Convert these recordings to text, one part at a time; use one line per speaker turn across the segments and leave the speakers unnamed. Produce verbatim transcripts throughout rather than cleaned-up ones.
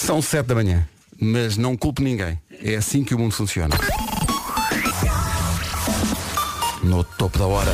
São sete da manhã, mas não culpe ninguém. É assim que o mundo funciona. No topo da hora,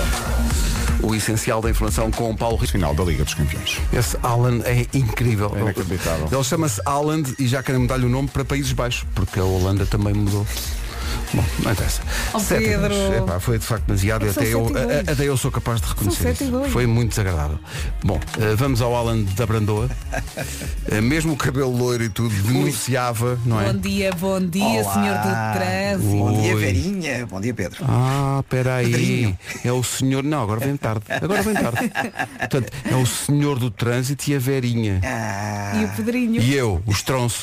o essencial da informação com o Paulo Rico.
Final da Liga dos Campeões.
Esse Haaland é incrível.
É inacreditável.
Ele chama-se Haaland e já querem mudar-lhe o nome para Países Baixos, porque a Holanda também mudou. Bom, não interessa.
Oh,
Sete e
Pedro.
dois. Epá, foi de facto demasiado e
São
até eu,
sete e dois.
a- até eu sou capaz de reconhecer
sete e
isso.
dois.
Foi muito desagradável. Bom, eh, vamos ao Haaland da Brandoa. Eh, Mesmo o cabelo loiro e tudo denunciava, não é?
Bom dia, bom dia,
Olá.
senhor do trânsito.
Bom dia,
Oi.
Verinha. Bom dia, Pedro.
Ah, peraí.
Pedrinho.
É o senhor. Não, agora vem tarde. Agora vem tarde. Portanto, é o senhor do trânsito e a Verinha.
Ah,
E o Pedrinho.
E eu, o estronço.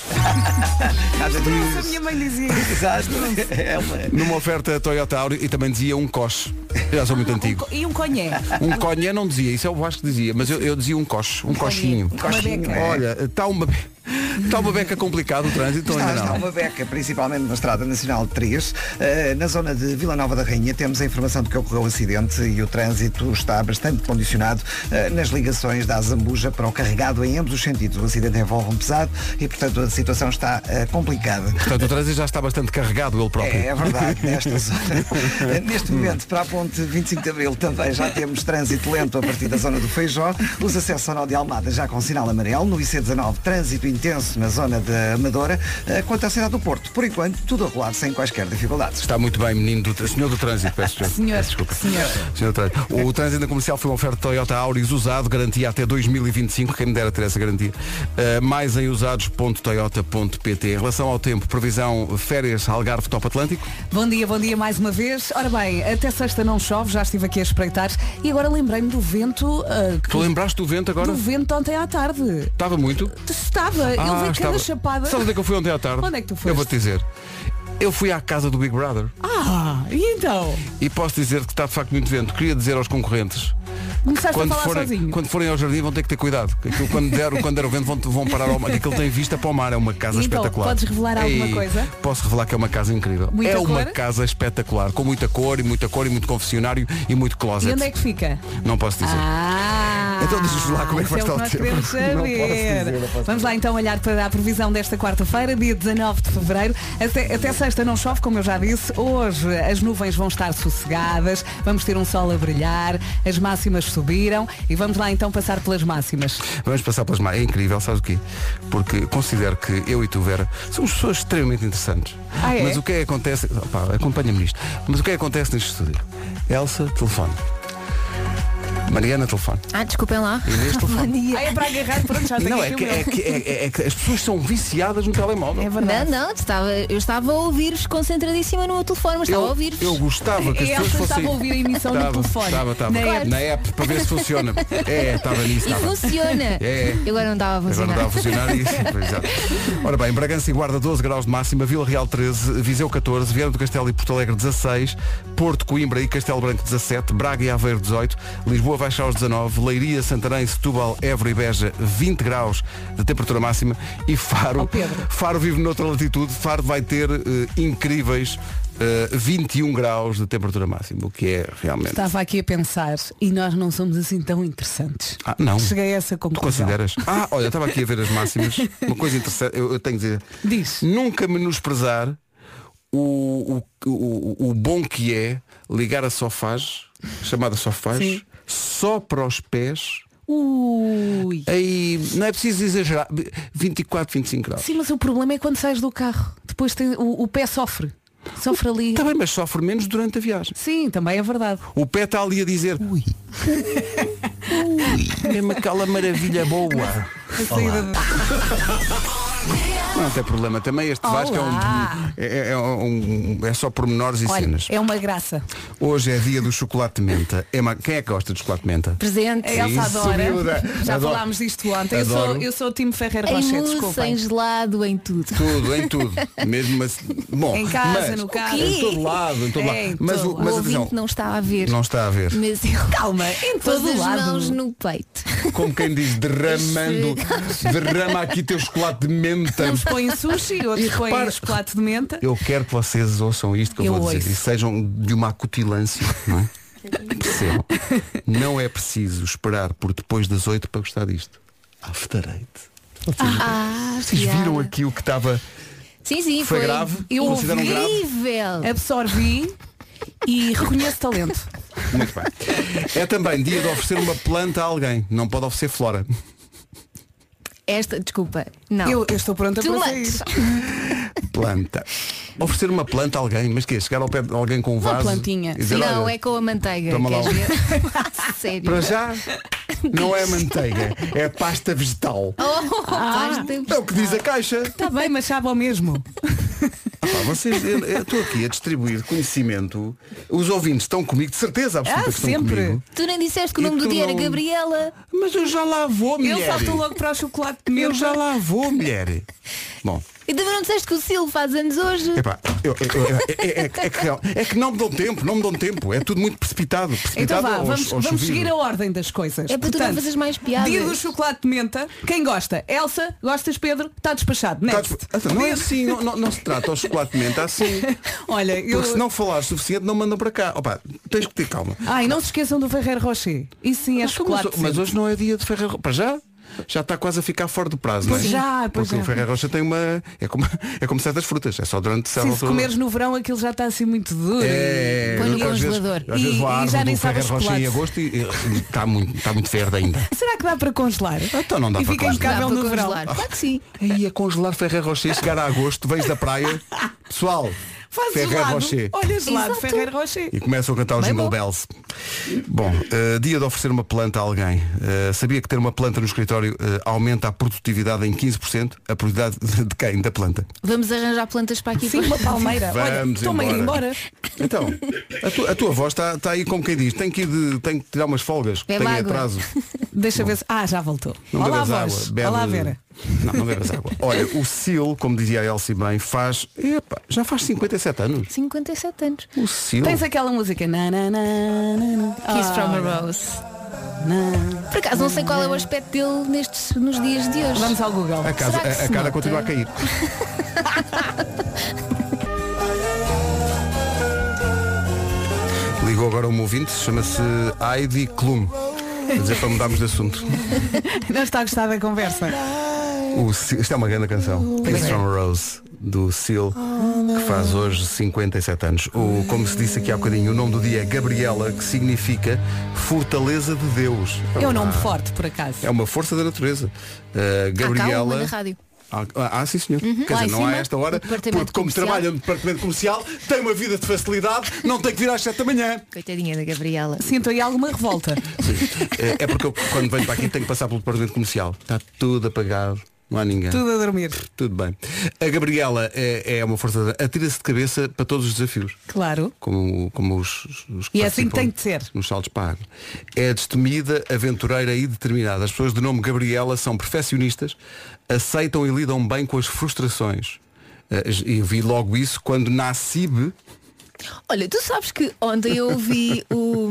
nada
A
disso.
minha mãe dizia isso.
Exato. É uma...
Numa oferta Toyota Auri e também dizia um coche. Eu já sou muito antigo.
E um conhé.
Um conhé não dizia, isso é o Vasco que dizia, mas eu, eu dizia um coche, um cochinho.
Uma beca.
Olha, está uma, be- está uma beca complicada o trânsito, ou
Está,
ainda
está
não?
uma beca, principalmente na Estrada Nacional três. Uh, na zona de Vila Nova da Rainha temos a informação de que ocorreu um acidente e o trânsito está bastante condicionado uh, nas ligações da Azambuja para o carregado em ambos os sentidos. O acidente envolve um pesado e, portanto, a situação está uh, complicada.
Portanto, o trânsito já está bastante carregado ele próprio.
É, é verdade, nesta zona. Neste momento, para a ponte vinte e cinco de Abril também já temos trânsito lento a partir da zona do Feijó. Os acessos ao nó de Almada já com sinal amarelo. No I C dezanove, trânsito intenso na zona da Amadora. Quanto à cidade do Porto, por enquanto, tudo a rolar sem quaisquer dificuldades.
Está muito bem, menino do senhor do trânsito, peço desculpa.
Senhor,
Peço desculpa.
senhor.
Senhor do trânsito. O trânsito na comercial foi uma oferta Toyota Auris usado, garantia até dois mil e vinte e cinco, quem me dera ter essa garantia. Uh, mais em usados ponto toyota ponto pt. Em relação ao tempo, previsão férias Algarve Top Atlântico.
Bom dia, bom dia mais uma vez. Ora bem, até sexta não chove, já estive aqui a espreitar e agora lembrei-me do vento. ah, que-
Tu lembraste do vento agora?
Do vento ontem à tarde.
Estava muito?
Estava, ele
Ah,
veio
estava.
cada chapada.
Sabe onde é que eu fui ontem à tarde?
Onde é que tu foste?
Eu vou-te dizer. Eu fui à casa do Big Brother
Ah, e então?
e posso dizer que está de facto muito vento. Queria dizer aos concorrentes,
Começaste a
quando
falar
forem,
sozinho.
quando forem ao jardim vão ter que ter cuidado. Que aquilo, quando, der, quando der o vento vão, vão parar ao mar. E aquilo tem vista para o mar. É uma casa
Então,
espetacular.
podes revelar alguma
Ei,
coisa?
Posso revelar que é uma casa incrível.
Muita
é uma
cor?
casa espetacular. Com muita cor e muita cor e muito confessionário e muito closet.
E onde é que fica?
Não posso dizer.
Ah,
Então diz-nos lá como é que vai
isso
estar o
nós
tempo.
queremos
Não posso
saber.
dizer, não posso
Vamos lá então olhar para a previsão desta quarta-feira, dia dezanove de fevereiro. Até, até sexta não chove, como eu já disse. Hoje as nuvens vão estar sossegadas, vamos ter um sol a brilhar, as máximas subiram e vamos lá então passar pelas máximas.
Vamos passar pelas máximas. É incrível, sabes o quê? Porque considero que eu e tu, Vera, somos pessoas extremamente interessantes.
Ah, é?
Mas o que é que acontece? Opa, acompanha-me nisto. Mas o que é que acontece neste estúdio? Elsa, telefone. Mariana, telefone.
Ah, desculpem lá.
Inês, telefone.
Ah, é para agarrar, pronto, já tenho
Não, é
aqui
que,
o meu.
é, que, é, é que as pessoas são viciadas no telemóvel.
É verdade.
Não, não, estava, eu estava a ouvir-vos concentradíssima no meu telefone, mas estava a
eu,
ouvir-vos.
eu gostava que as
E
pessoas
Elsa
fossem.
estava a ouvir a emissão
Estava,
no telefone.
Estava, estava.
Na
Na,
app.
app, para ver se funciona. É, estava nisso.
E
Estava.
funciona.
É.
Eu agora não estava a
Agora
funcionar.
não dá a funcionar isso. Exato. Ora bem, Bragança e Guarda doze graus de máxima, Vila Real treze, Viseu catorze, Viana do Castelo e Porto Alegre dezasseis, Porto, Coimbra e Castelo Branco dezassete, Braga e Aveiro dezoito, Lisboa vai chegar aos dezanove, Leiria, Santarém, Setúbal, Évora e Beja vinte graus de temperatura máxima e Faro,
Oh, Pedro.
Faro vive noutra latitude, Faro vai ter eh, incríveis eh, vinte e um graus de temperatura máxima, o que é realmente...
Estava aqui a pensar e nós não somos assim tão interessantes.
Ah, não.
Cheguei a essa
Tu
conclusão.
consideras? Ah, olha, estava aqui a ver as máximas. Uma coisa interessante, eu, eu tenho que dizer.
Diz.
Nunca menosprezar o, o, o, o bom que é ligar a sofás, chamada sofás,
Sim.
só para os pés.
Ui.
Aí não é preciso exagerar. vinte e quatro, vinte e cinco graus.
Sim, mas o problema é quando sais do carro. Depois tem, o, o pé sofre. Sofre ali.
Está bem, mas sofre menos durante a viagem.
Sim, também é verdade.
O pé está ali a dizer ui. Ui. Mesmo aquela maravilha boa.
A saída de-
Não tem problema. Também este
Olá.
Vasco é um, é, é, um, é só pormenores e
Olha,
cenas.
é uma graça.
Hoje é dia do chocolate de menta. É uma... Quem é que gosta de chocolate de menta?
Presente.
A Elsa
Isso,
adora.
miúda.
Já
Adoro.
falámos disto ontem. Eu sou,
Adoro.
eu sou o time Ferreira
Em
Rocher,
mousse,
desculpem.
em gelado, em tudo.
Tudo, em tudo. Mesmo assim. Bom,
Em casa,
mas,
no carro.
Em todo lado, em todo
É,
lado.
em
Mas,
todo
o,
lado.
mas
o
atenção,
ouvinte não está a ver.
não está a ver.
Mas eu
Calma, em
pôs
todo
as
lado.
mãos no peito.
Como quem diz, derramando, derrama aqui teu chocolate de menta.
Uns põem sushi, outros põem
repara-
chocolate de menta.
Eu quero que vocês ouçam isto que eu,
Eu
vou dizer
ouço.
e sejam de uma acutilância, não é? Percebam. Não é preciso esperar por depois das oito para gostar disto. After eight.
Ah,
Vocês
piada.
viram aqui o que estava...
Sim, sim,
Foi
foi,
grave?
Eu
Consideram grave?
incrível.
Absorvi e reconheço talento.
Muito bem. É também dia de oferecer uma planta a alguém. Não pode oferecer flora.
Esta, desculpa, não.
Eu, eu estou pronta
Too
para
much.
sair.
Planta. Oferecer uma planta a alguém. Mas que é? Chegar ao pé de alguém com um vaso?
plantinha.
E dizer,
Não,
olha,
é com a manteiga.
toma lá
Queres
um-
ver? Sério.
para já não é manteiga. É pasta vegetal.
Oh, pasta
É o que diz a caixa.
Está bem, mas sabe ao mesmo.
Ah, pá, vocês, eu eu estou aqui a distribuir conhecimento. Os ouvintes estão comigo, de certeza absoluta
Ah,
que estão
sempre.
comigo.
Tu nem disseste que o
E
nome do
tu
dia era
não-
Gabriela.
Mas eu já lá vou, mulher.
Ele saltou logo para o chocolate de
Eu
menta.
já lá vou, mulher. Bom,
E também não disseste que o Sil faz anos hoje.
epá, eu, eu, eu, é, é, é, que real- é que não me dão tempo, não me dão tempo. É tudo muito precipitado.
Então
precipitado
vá,
aos-
vamos,
aos
vamos
chovidos.
seguir a ordem das coisas.
É para tu não fazeres mais piadas.
Dia do chocolate de menta. Quem gosta? Elsa, gostas Pedro? Está despachado.
Tá,
Next.
então, não é assim, não, não, não se trata ao chocolate de menta assim.
Olha, eu...
Porque se não falares suficiente não mandam para cá. Opa, tens que ter calma.
Ai, não se esqueçam do Ferreiro Rocher. Isso sim é
Mas,
chocolate.
mas
sempre.
hoje não é dia de Ferreiro. Para já? Já está quase a ficar fora do prazo,
Pois
não é?
já, pois
Porque
já.
o Ferreiro Rocher tem uma. É como, é como certas frutas, é só durante
Sim,
certa
se
altura.
comeres no verão aquilo já está assim muito duro.
É,
Põe no
às vezes-
congelador.
Às vezes
E-
vou à
e
árvore
já nem
do
sabe
Ferreiro
o
Rocher em
chocolate.
agosto e e está muito, está muito verde ainda.
Será que dá para congelar?
Então não dá
e
para
fica
congelar.
impecável
Dá
no
para
verão.
congelar. Claro que sim.
Aí a congelar Ferreiro Rocher, chegar a agosto, vens da praia, pessoal,
Faz
Ferreiro
gelado.
Rocher.
Olha gelado,
Exato.
Ferreiro Rocher.
E começam a cantar os
Bem
Jingle
bom.
Bells. Bom, eh, dia de oferecer uma planta a alguém. Eh, sabia que ter uma planta no escritório eh, aumenta a produtividade em quinze por cento? A produtividade de quem? Da planta.
Vamos arranjar plantas para aqui.
Sim, uma palmeira. Olha,
Vamos
toma aí
embora.
embora.
Então, a tua, a tua voz está está aí como quem diz. Tem que, ir de, tem que tirar umas folgas.
Bebe
Tem
água.
atraso.
Deixa ver se... Ah, já voltou.
Não
Olá,
bebas
voz.
água. Bebe...
Olá, Vera.
Não, não bebas água. Olha, o Sil, como dizia a Elsie bem, faz. Epa, já faz cinquenta e sete anos.
cinquenta e sete anos.
O Sil.
Tens aquela música. Na, na, na, na, na.
Kiss
Ah,
from a Rose.
na.
Por acaso não sei qual é o aspecto dele nestes, nos dias de hoje.
Vamos ao Google.
A, casa,
Será que
a, a
se
cara
nota?
continua a cair. Ligou agora um ouvinte, chama-se Heidi Klum. Quer dizer, para mudarmos de assunto.
Não está a gostar da conversa.
O Sil, isto é uma grande canção. Kiss from a Rose, do Sil, que faz hoje cinquenta e sete anos. O, como se disse aqui há bocadinho, o nome do dia é Gabriela, que significa Fortaleza de Deus.
É um nome
uma-
forte, por acaso.
É uma força da natureza. Uh,
Há cá uma
Gabriela.
na rádio.
Ah, ah, sim senhor. Quer
Lá
dizer,
em
não
cima,
há esta hora,
o departamento
porque como
comercial.
trabalha no departamento comercial, tem uma vida de facilidade, não tem que vir às sete da manhã.
Coitadinha da Gabriela.
Sinto aí alguma revolta.
É, é porque eu, quando venho para aqui, tenho que passar pelo departamento comercial. Está tudo apagado, não há ninguém.
Tudo a dormir.
Tudo bem. A Gabriela é, é uma força, de- atira-se de cabeça para todos os desafios.
Claro.
Como, como os, os
E é assim que
participam
tem de ser.
Nos saltos para a água. É destemida, aventureira e determinada. As pessoas de nome Gabriela são perfeccionistas, aceitam e lidam bem com as frustrações. Eh, E vi logo isso quando na C I B.
Olha, tu sabes que ontem eu ouvi o,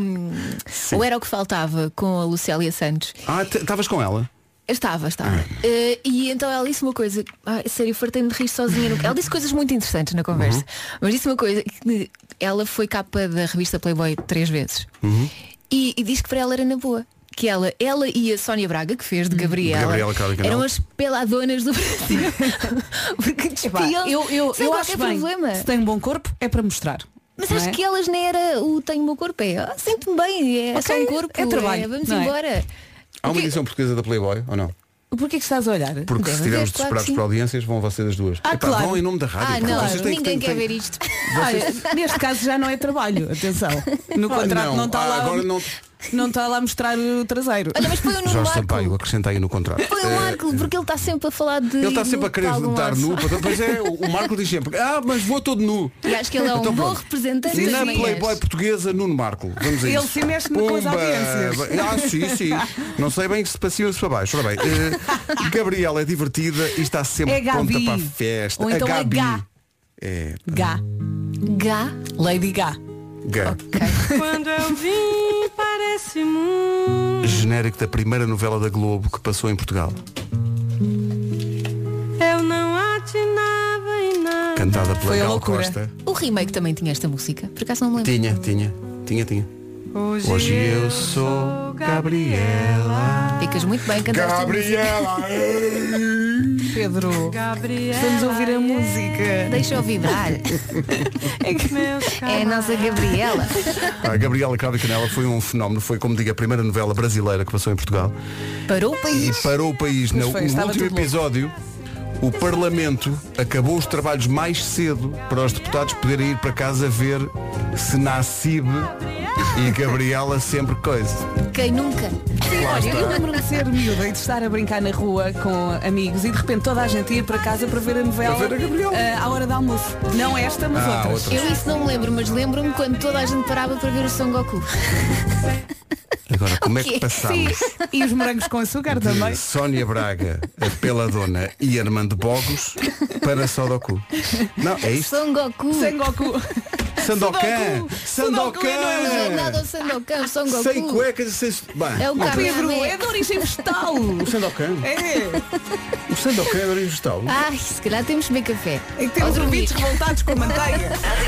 o Era o que Faltava com a Lucélia Santos.
Ah, t- estavas com ela?
Estava, estava. Eh, e então ela disse uma coisa, ah, sério, fartei-me de rir sozinha. No... Ela disse coisas muito interessantes na conversa. Mas disse uma coisa, que ela foi capa da revista Playboy três vezes. E, e disse que para ela era na boa. Que ela, ela e a Sónia Braga, que fez de Gabriela,
Gabriela Cláudia Canal.
eram as peladonas do Brasil. Porque despiam
Eu, eu,
sem
eu
qualquer
acho bem.
problema.
Se tem um bom corpo, é para mostrar.
Mas
não
acho
é?
que elas nem era o tenho o meu corpo, é ah, sinto-me bem, é
Ok,
só um corpo,
é trabalho,
vamos
não é?
embora.
Há uma
O quê?
edição portuguesa da Playboy, ou não?
Porquê que estás a olhar?
Porque
Deve
se estivermos
haver, claro que
desesperados
sim.
por audiências, vão vocês as duas.
Ah,
Epá,
claro.
vão em nome da rádio.
Ah,
porque
não,
vocês têm que-
ninguém
têm-
quer
têm-
ver isto.
Olha, neste caso já não é trabalho, atenção. No
Ah,
contrato
não,
não está
ah,
lá.
agora não-
Não está lá a mostrar o traseiro.
Olha, mas foi o Nuno
Jorge
Marco.
Sampaio, acrescenta aí no contrato.
Foi o
Eh,
Marco, porque ele está sempre a falar de.
Ele está
nu
sempre a querer
para algum
estar
lado.
nu. portanto, Pois é, o o Marco diz sempre, ah, mas vou todo nu.
E acho que ele é um
Então
bom
pronto.
representante
E
das
na
minhas.
Playboy portuguesa, Nuno Marco. Vamos a
Ele
isso.
se mexe com as
Pumba.
audiências.
Ah, sim, sim. Não sei bem se para cima ou se para baixo. Ora bem, eh, Gabriela é divertida e está sempre
É Gabi.
pronta para a festa.
Ou então
a
é
Gabi.
Gá.
É.
Gá.
Gá.
Lady Gá.
Gá.
Ok.
Quando eu vim para esse mundo,
Genérico da primeira novela da Globo que passou em Portugal.
eu não atinava em nada.
Cantada pela
Foi a
Gal
loucura.
Costa.
O remake também tinha esta música. Por acaso não me lembro.
Tinha, tinha, tinha, tinha.
Hoje,
Hoje eu sou Gabriela.
Ficas muito bem cantando esta música.
Gabriela! ei!
Pedro. Vamos ouvir a música.
Deixa-o vibrar.
É que
É a nossa Gabriela.
A Gabriela Cravo e Canela foi um fenómeno. Foi, como digo, a primeira novela brasileira que passou em Portugal.
Parou o
E
país.
parou o país. No,
foi,
no
estava
último
tudo louco.
episódio, o Parlamento acabou os trabalhos mais cedo para os deputados poderem ir para casa ver se Nassib e Gabriela sempre coisa.
Quem nunca?
Olha, eu lembro-me de ser miúda e de estar a brincar na rua com amigos e de repente toda a gente ia para casa para ver a novela
Para ver a Gabriela.
ah, à hora do almoço. Não esta, mas
Ah,
outras.
outra.
Eu isso não me lembro, mas lembro-me quando toda a gente parava para ver o Son Goku.
Agora, como é
O
que
quê?
passamos
E os morangos com açúcar também.
de Sónia Braga, a Peladona e Armando Bogos para Sodoku? Não, é isto?
Son Goku.
Sem Goku.
Sandokan!
Sudoku, não é
Não é
Sandokan!
nada o Sandokan, Son Goku.
Sem cuecas e sem... Bah,
É o
Pedro,
Kamehameha.
é de origem vegetal.
o Sandokan?
É.
O Sandokan é de origem vegetal?
Ai, se calhar temos de beber café.
É que temos
Ou dormir.
ouvidos revoltados com a manteiga.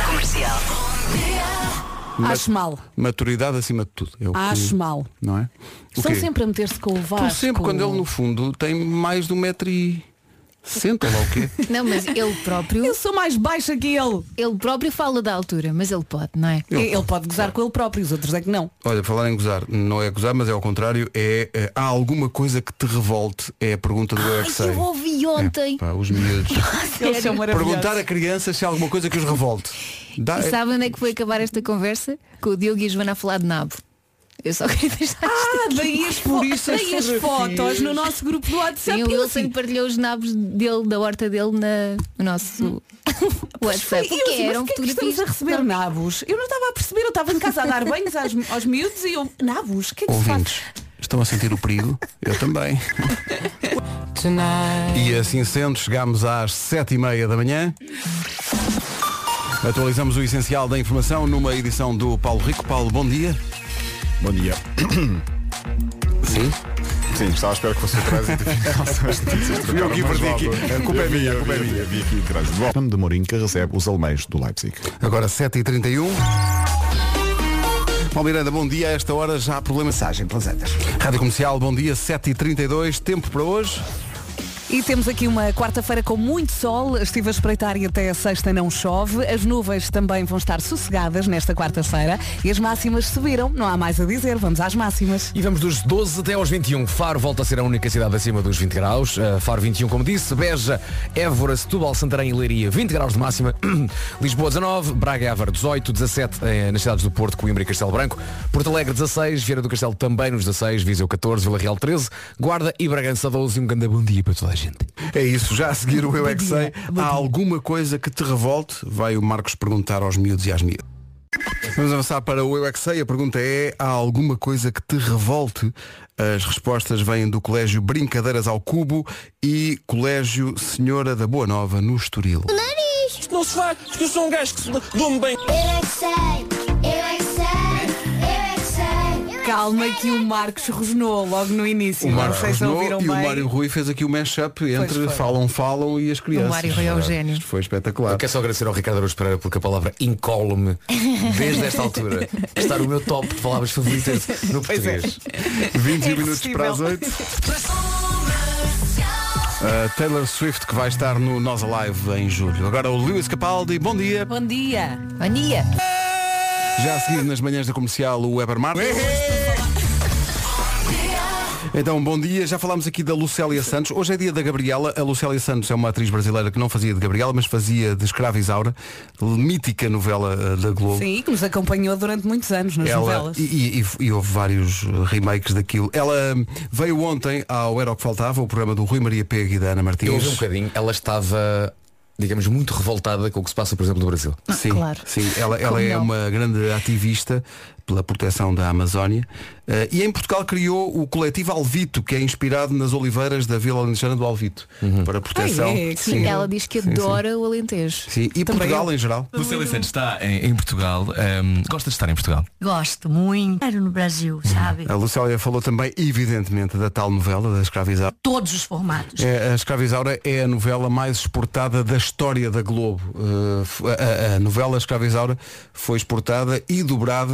Ma-
Acho mal.
Maturidade acima de tudo. É o que-
Acho mal.
Não é? O
Estão
quê?
sempre a meter-se com o Vasco.
Estão sempre, quando ele no fundo tem mais de um metro e... Senta lá o quê?
Não, mas ele próprio,
Eu sou mais baixa que ele.
ele próprio fala da altura, mas ele pode, não é?
Ele
Ele pode gozar com ele próprio, os outros é que não.
Olha, falar em gozar, não é gozar, mas é ao contrário, é, é há alguma coisa que te revolte? É a pergunta do Eu é que
Ai,
sei.
eu ouvi ontem.
Pá, os miúdos.
Eles são maravilhosos.
Perguntar a crianças se há alguma coisa que os revolte. Dá,
E sabe onde é que foi acabar esta conversa? Com o Diogo e a Joana a falar de nabo. Eu só queria deixar isto
Ah,
aqui.
daí as, fo
isso as
daí as
fotografias.
fotos no nosso grupo do WhatsApp.
Sim, o
Eu
Wilson
assim,
partilhou os nabos dele, da horta dele na, no nosso WhatsApp.
e eu
Porque
assim,
eram
mas porquê é que estamos
fotografias.
a receber nabos? Eu não estava a perceber, eu estava em casa a dar banhos aos, aos miúdos e eu, nabos, o que é que se faz?
ouvintes, estão a sentir o perigo? Eu também. E assim sendo, chegámos às sete e meia da manhã. Atualizamos o essencial da informação numa edição do Paulo Rico. Paulo, bom dia.
Bom dia.
Sim.
Sim, estava à espera que fosse o trânsito.
Fui eu que inverti aqui. A culpa é minha, a culpa é minha.
Vi aqui o trânsito. Bom, de Mourinho que recebe os alemães do Leipzig.
Agora sete e trinta e um. Paulo Miranda, bom dia. A esta hora já há problema.
Mensagem pelas andas.
Rádio Comercial, bom dia, sete e trinta e dois. Tempo para hoje.
E temos aqui uma quarta-feira com muito sol. Estive a espreitar e até a sexta não chove. As nuvens também vão estar sossegadas nesta quarta-feira. E as máximas subiram. Não há mais a dizer. Vamos às máximas.
E vamos dos doze até aos vinte e um. Faro volta a ser a única cidade acima dos vinte graus. Uh, Faro vinte e um, como disse. Beja, Évora, Setúbal, Santarém e Leiria, vinte graus de máxima. Lisboa, dezanove. Braga e Aveiro, dezoito. dezassete eh, nas cidades do Porto, Coimbra e Castelo Branco. Porto Alegre, dezasseis. Vieira do Castelo também nos dezasseis. Viseu, catorze. Vila Real, treze. Guarda e Bragança, doze. E um grande bom dia para toda a gente.
É isso, já a seguir o Eu É Que Sei.
Bom dia.
Há alguma coisa que te revolte? Vai o Marcos perguntar aos miúdos e às miúdas. Vamos avançar para o Eu É Que Sei. A pergunta é, há alguma coisa que te revolte? As respostas vêm do Colégio Brincadeiras ao Cubo e Colégio Senhora da Boa Nova, no Estoril.
Isto não se faz, porque eu sou um gajo que se dou-me bem.
Eu é que sei, eu é que sei, eu é que sei.
Calma que o Marcos rosnou logo no início.
O
Não
Marcos
sei se
Rosnou
ouviram
e o
bem.
Mário Rui fez aqui o mashup entre
foi.
Falam Falam e as crianças.
Mário Rui é o gênio.
Isto foi espetacular.
Eu quero só agradecer ao Ricardo Araújo Pereira porque a palavra incólume, desde esta altura, está no meu top de palavras favoritas no português.
vinte
É
minutos para as
irresistível.
oito. A Taylor Swift que vai estar no Nós Alive em julho. Agora o Lewis Capaldi, bom dia.
Bom dia.
Mania.
Já a seguir nas manhãs da comercial o Weber Marques. Então, bom dia. Já falámos aqui da Lucélia Santos. Hoje é dia da Gabriela. A Lucélia Santos é uma atriz brasileira que não fazia de Gabriela, mas fazia de Escrava Isaura, mítica novela uh, da Globo.
Sim, que nos acompanhou durante muitos anos nas
Ela,
novelas.
e, e- e houve vários remakes daquilo. Ela hum, veio ontem ao Era o que Faltava, o programa do Rui Maria Pego e da Ana Martins.
Eu ouvi um bocadinho, ela estava, digamos, muito revoltada com o que se passa, por exemplo, no Brasil.
Sim,
claro.
sim. Ela, ela
Como
é
não?
uma grande ativista pela proteção da Amazónia. Uh, e em Portugal criou o coletivo Alvito, que é inspirado nas oliveiras da Vila Alentejana do Alvito, para a proteção.
Ai, é, que
sim.
Ela diz que
Sim,
adora o Alentejo.
Sim. E
Também
Portugal
eu.
em geral.
Lucélia Santos está em, em Portugal. Ahm, gosta de estar em Portugal?
Gosto muito. Quero no Brasil, sabe?
A Lucélia falou também, evidentemente, da tal novela da Escrava Isaura.
Todos os formatos.
É, a Escrava Isaura é a novela mais exportada da história da Globo. Uh, f- a, a- a novela Escrava Isaura foi exportada e dobrada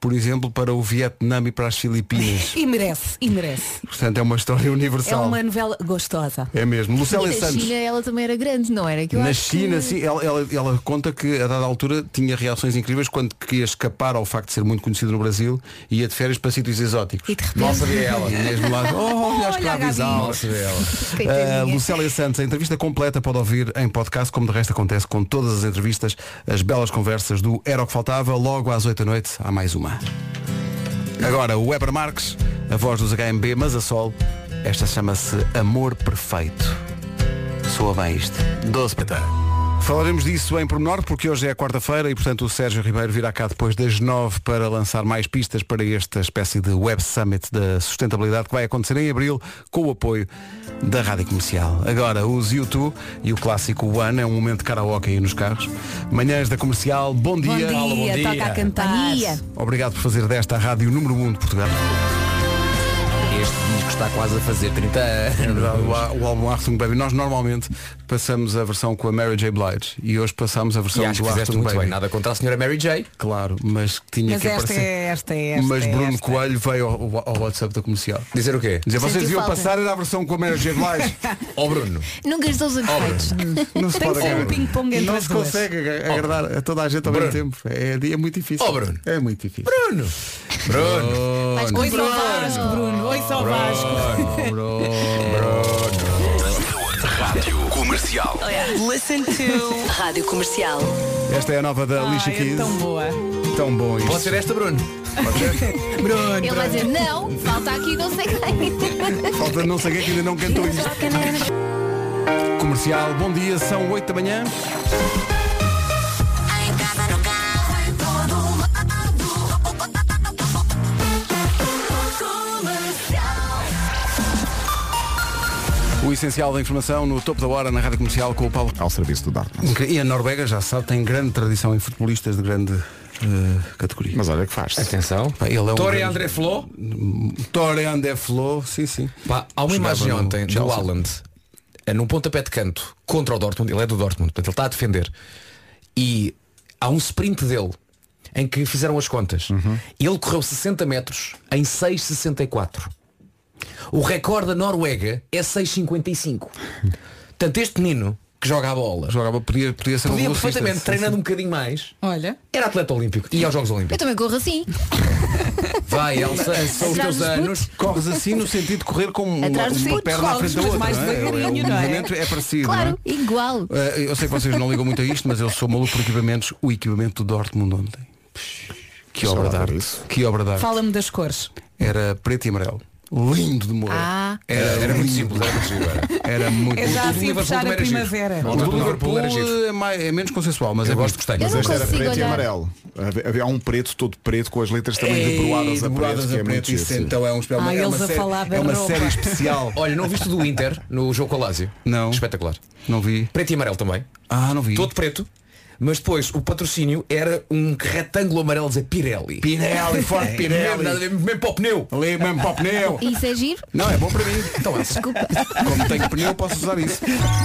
por exemplo, para o Vietnã e para as Filipinas.
E merece, e merece.
Portanto, é uma história
É
universal.
uma novela gostosa.
É mesmo.
E
Lucélia
na
Santos.
China ela também era grande, não era? Que eu
Na
acho
China,
que...
sim, ela, ela, ela conta que a dada altura tinha reações incríveis quando queria escapar ao facto de ser muito conhecido no Brasil e ia de férias para sítios exóticos.
E de repente...
Mal sabia ela.
E mesmo lá, oh, olha a escravização.
Mal sabia ela.
Uh, Lucélia Santos, a entrevista completa pode ouvir em podcast, como de resto acontece com todas as entrevistas, as belas conversas do Era o que Faltava, logo às oito da noite, há mais uma. Agora, o Weber Marques, a voz dos H M B, mas a sol, esta chama-se Amor Perfeito. Soa bem isto. doze para Falaremos disso em pormenor, porque hoje é quarta-feira e, portanto, o Sérgio Ribeiro virá cá depois das nove para lançar mais pistas para esta espécie de Web Summit da sustentabilidade que vai acontecer em abril com o apoio da Rádio Comercial. Agora, os U dois e o clássico One, é um momento de karaoke aí nos carros. Manhãs da Comercial, bom dia.
Bom dia,
Fala, bom dia.
toca a cantar.
Bom dia.
Obrigado por fazer desta a Rádio número um de Portugal.
Este disco está quase a fazer trinta
É
anos.
verdade, o, o álbum Arthur Baby. Nós normalmente passamos a versão com a Mary J. Blige e hoje passamos a versão
E acho
do
que fizeste
Arthur
muito
Baby.
bem. Nada contra a senhora Mary J.
Claro, mas tinha
Mas
que
esta
aparecer.
é esta, é esta.
Mas
é
Bruno
esta.
Coelho veio ao, ao WhatsApp da Comercial.
Dizer o quê?
Dizer, vocês
Senti
iam
falta.
passar era a versão com a Mary J. Blige.
Ó Bruno.
Não gastou os efeitos.
Não se
Tem
pode
que ser um
agradar.
ping-pong entre
Não
as
se
duas.
consegue ag- agradar a toda a gente ao mesmo
Bruno.
tempo. É, é muito difícil.
Ó, Bruno.
É muito difícil.
Bruno. Bruno.
Vais com
Oi só Vasco, Bruno. Oi só Vasco.
Rádio Comercial.
Listen to
Rádio Comercial.
Esta é a nova da Alicia
Ai,
Keys.
é tão boa.
Tão bom isto.
Pode ser esta, Bruno.
Pode ser?
Bruno.
Ele vai dizer, não, falta aqui não sei quem.
Falta não sei quem que ainda não cantou isto. Comercial, bom dia, são oito da manhã. O essencial da informação no topo da hora na Rádio Comercial com o Paulo.
Ao serviço do Dartmouth.
Incri- E a Noruega, já sabe, tem grande tradição em futebolistas de grande eh, categoria.
Mas olha que faz.
Atenção.
Pá, ele é um
Tore
grande-
André Flo.
Tore André Flo, sim, sim.
Pá, há uma
Jogava
imagem
no
ontem do
Chelsea.
Haaland eh, num pontapé de canto contra o Dortmund. Ele é do Dortmund, portanto ele está a defender. E há um sprint dele em que fizeram as contas. E ele correu sessenta metros em seis vírgula sessenta e quatro. O recorde da Noruega é seis vírgula cinquenta e cinco. Portanto, este menino que joga a bola
Jogava, podia, podia ser um
podia
velocista.
perfeitamente,
Sim,
treinando
sim.
um bocadinho mais,
Olha.
era atleta olímpico e aos Jogos
Eu
Olímpicos.
também corro assim.
Vai, Elsa, são os
Atrás
teus
dos
anos.
Corres assim no sentido de correr com uma,
Atrás dos
uma
putos,
perna à
corres,
frente da
mas
outra.
mais
não é?
devagarinho,
O
não é?
movimento é parecido.
Claro,
não é?
igual.
Eh, eu sei que vocês não ligam muito a isto, mas eu sou maluco por equipamentos. O equipamento do Dortmund ontem. Que
Só
obra de
lá ver
arte.
isso.
Que obra de arte.
Fala-me das cores.
Era preto e amarelo. Lindo de morrer.
Ah.
Era, era muito simples, era muito giro, era.
Era muito
É já
do
assim a
Liverpool
puxar a
também era giro.
primavera.
Não,
O
do
do
Liverpool era
Liverpool
giro.
é, mais- é menos consensual, mas
Eu
é
gosto de
bonito.
castanho.
Eu não
Este era
consigo
preto e
olhar.
amarelo. Havia- Havia um preto todo preto com as letras também
Ei,
debruadas a
debruadas
preto, que é muito
preto,
giro,
isso
sim.
então é um espelho.
Ah,
é
eles
uma
a
série,
falar da
é uma
roupa.
série especial.
Olha, não viste do Inter no jogo com o Lazio?
Não.
Espetacular.
Não vi.
Preto e amarelo também.
Ah, não vi.
Todo preto. Mas depois o patrocínio era um retângulo amarelo a dizer Pirelli.
Pirelli, forte
Mesmo, nada a
Pirelli.
ver, mesmo para o pneu.
Ali mesmo para o pneu.
Isso é giro?
Não, é bom para mim.
Então, Elsa.
Desculpa.
Como tenho pneu, posso usar isso.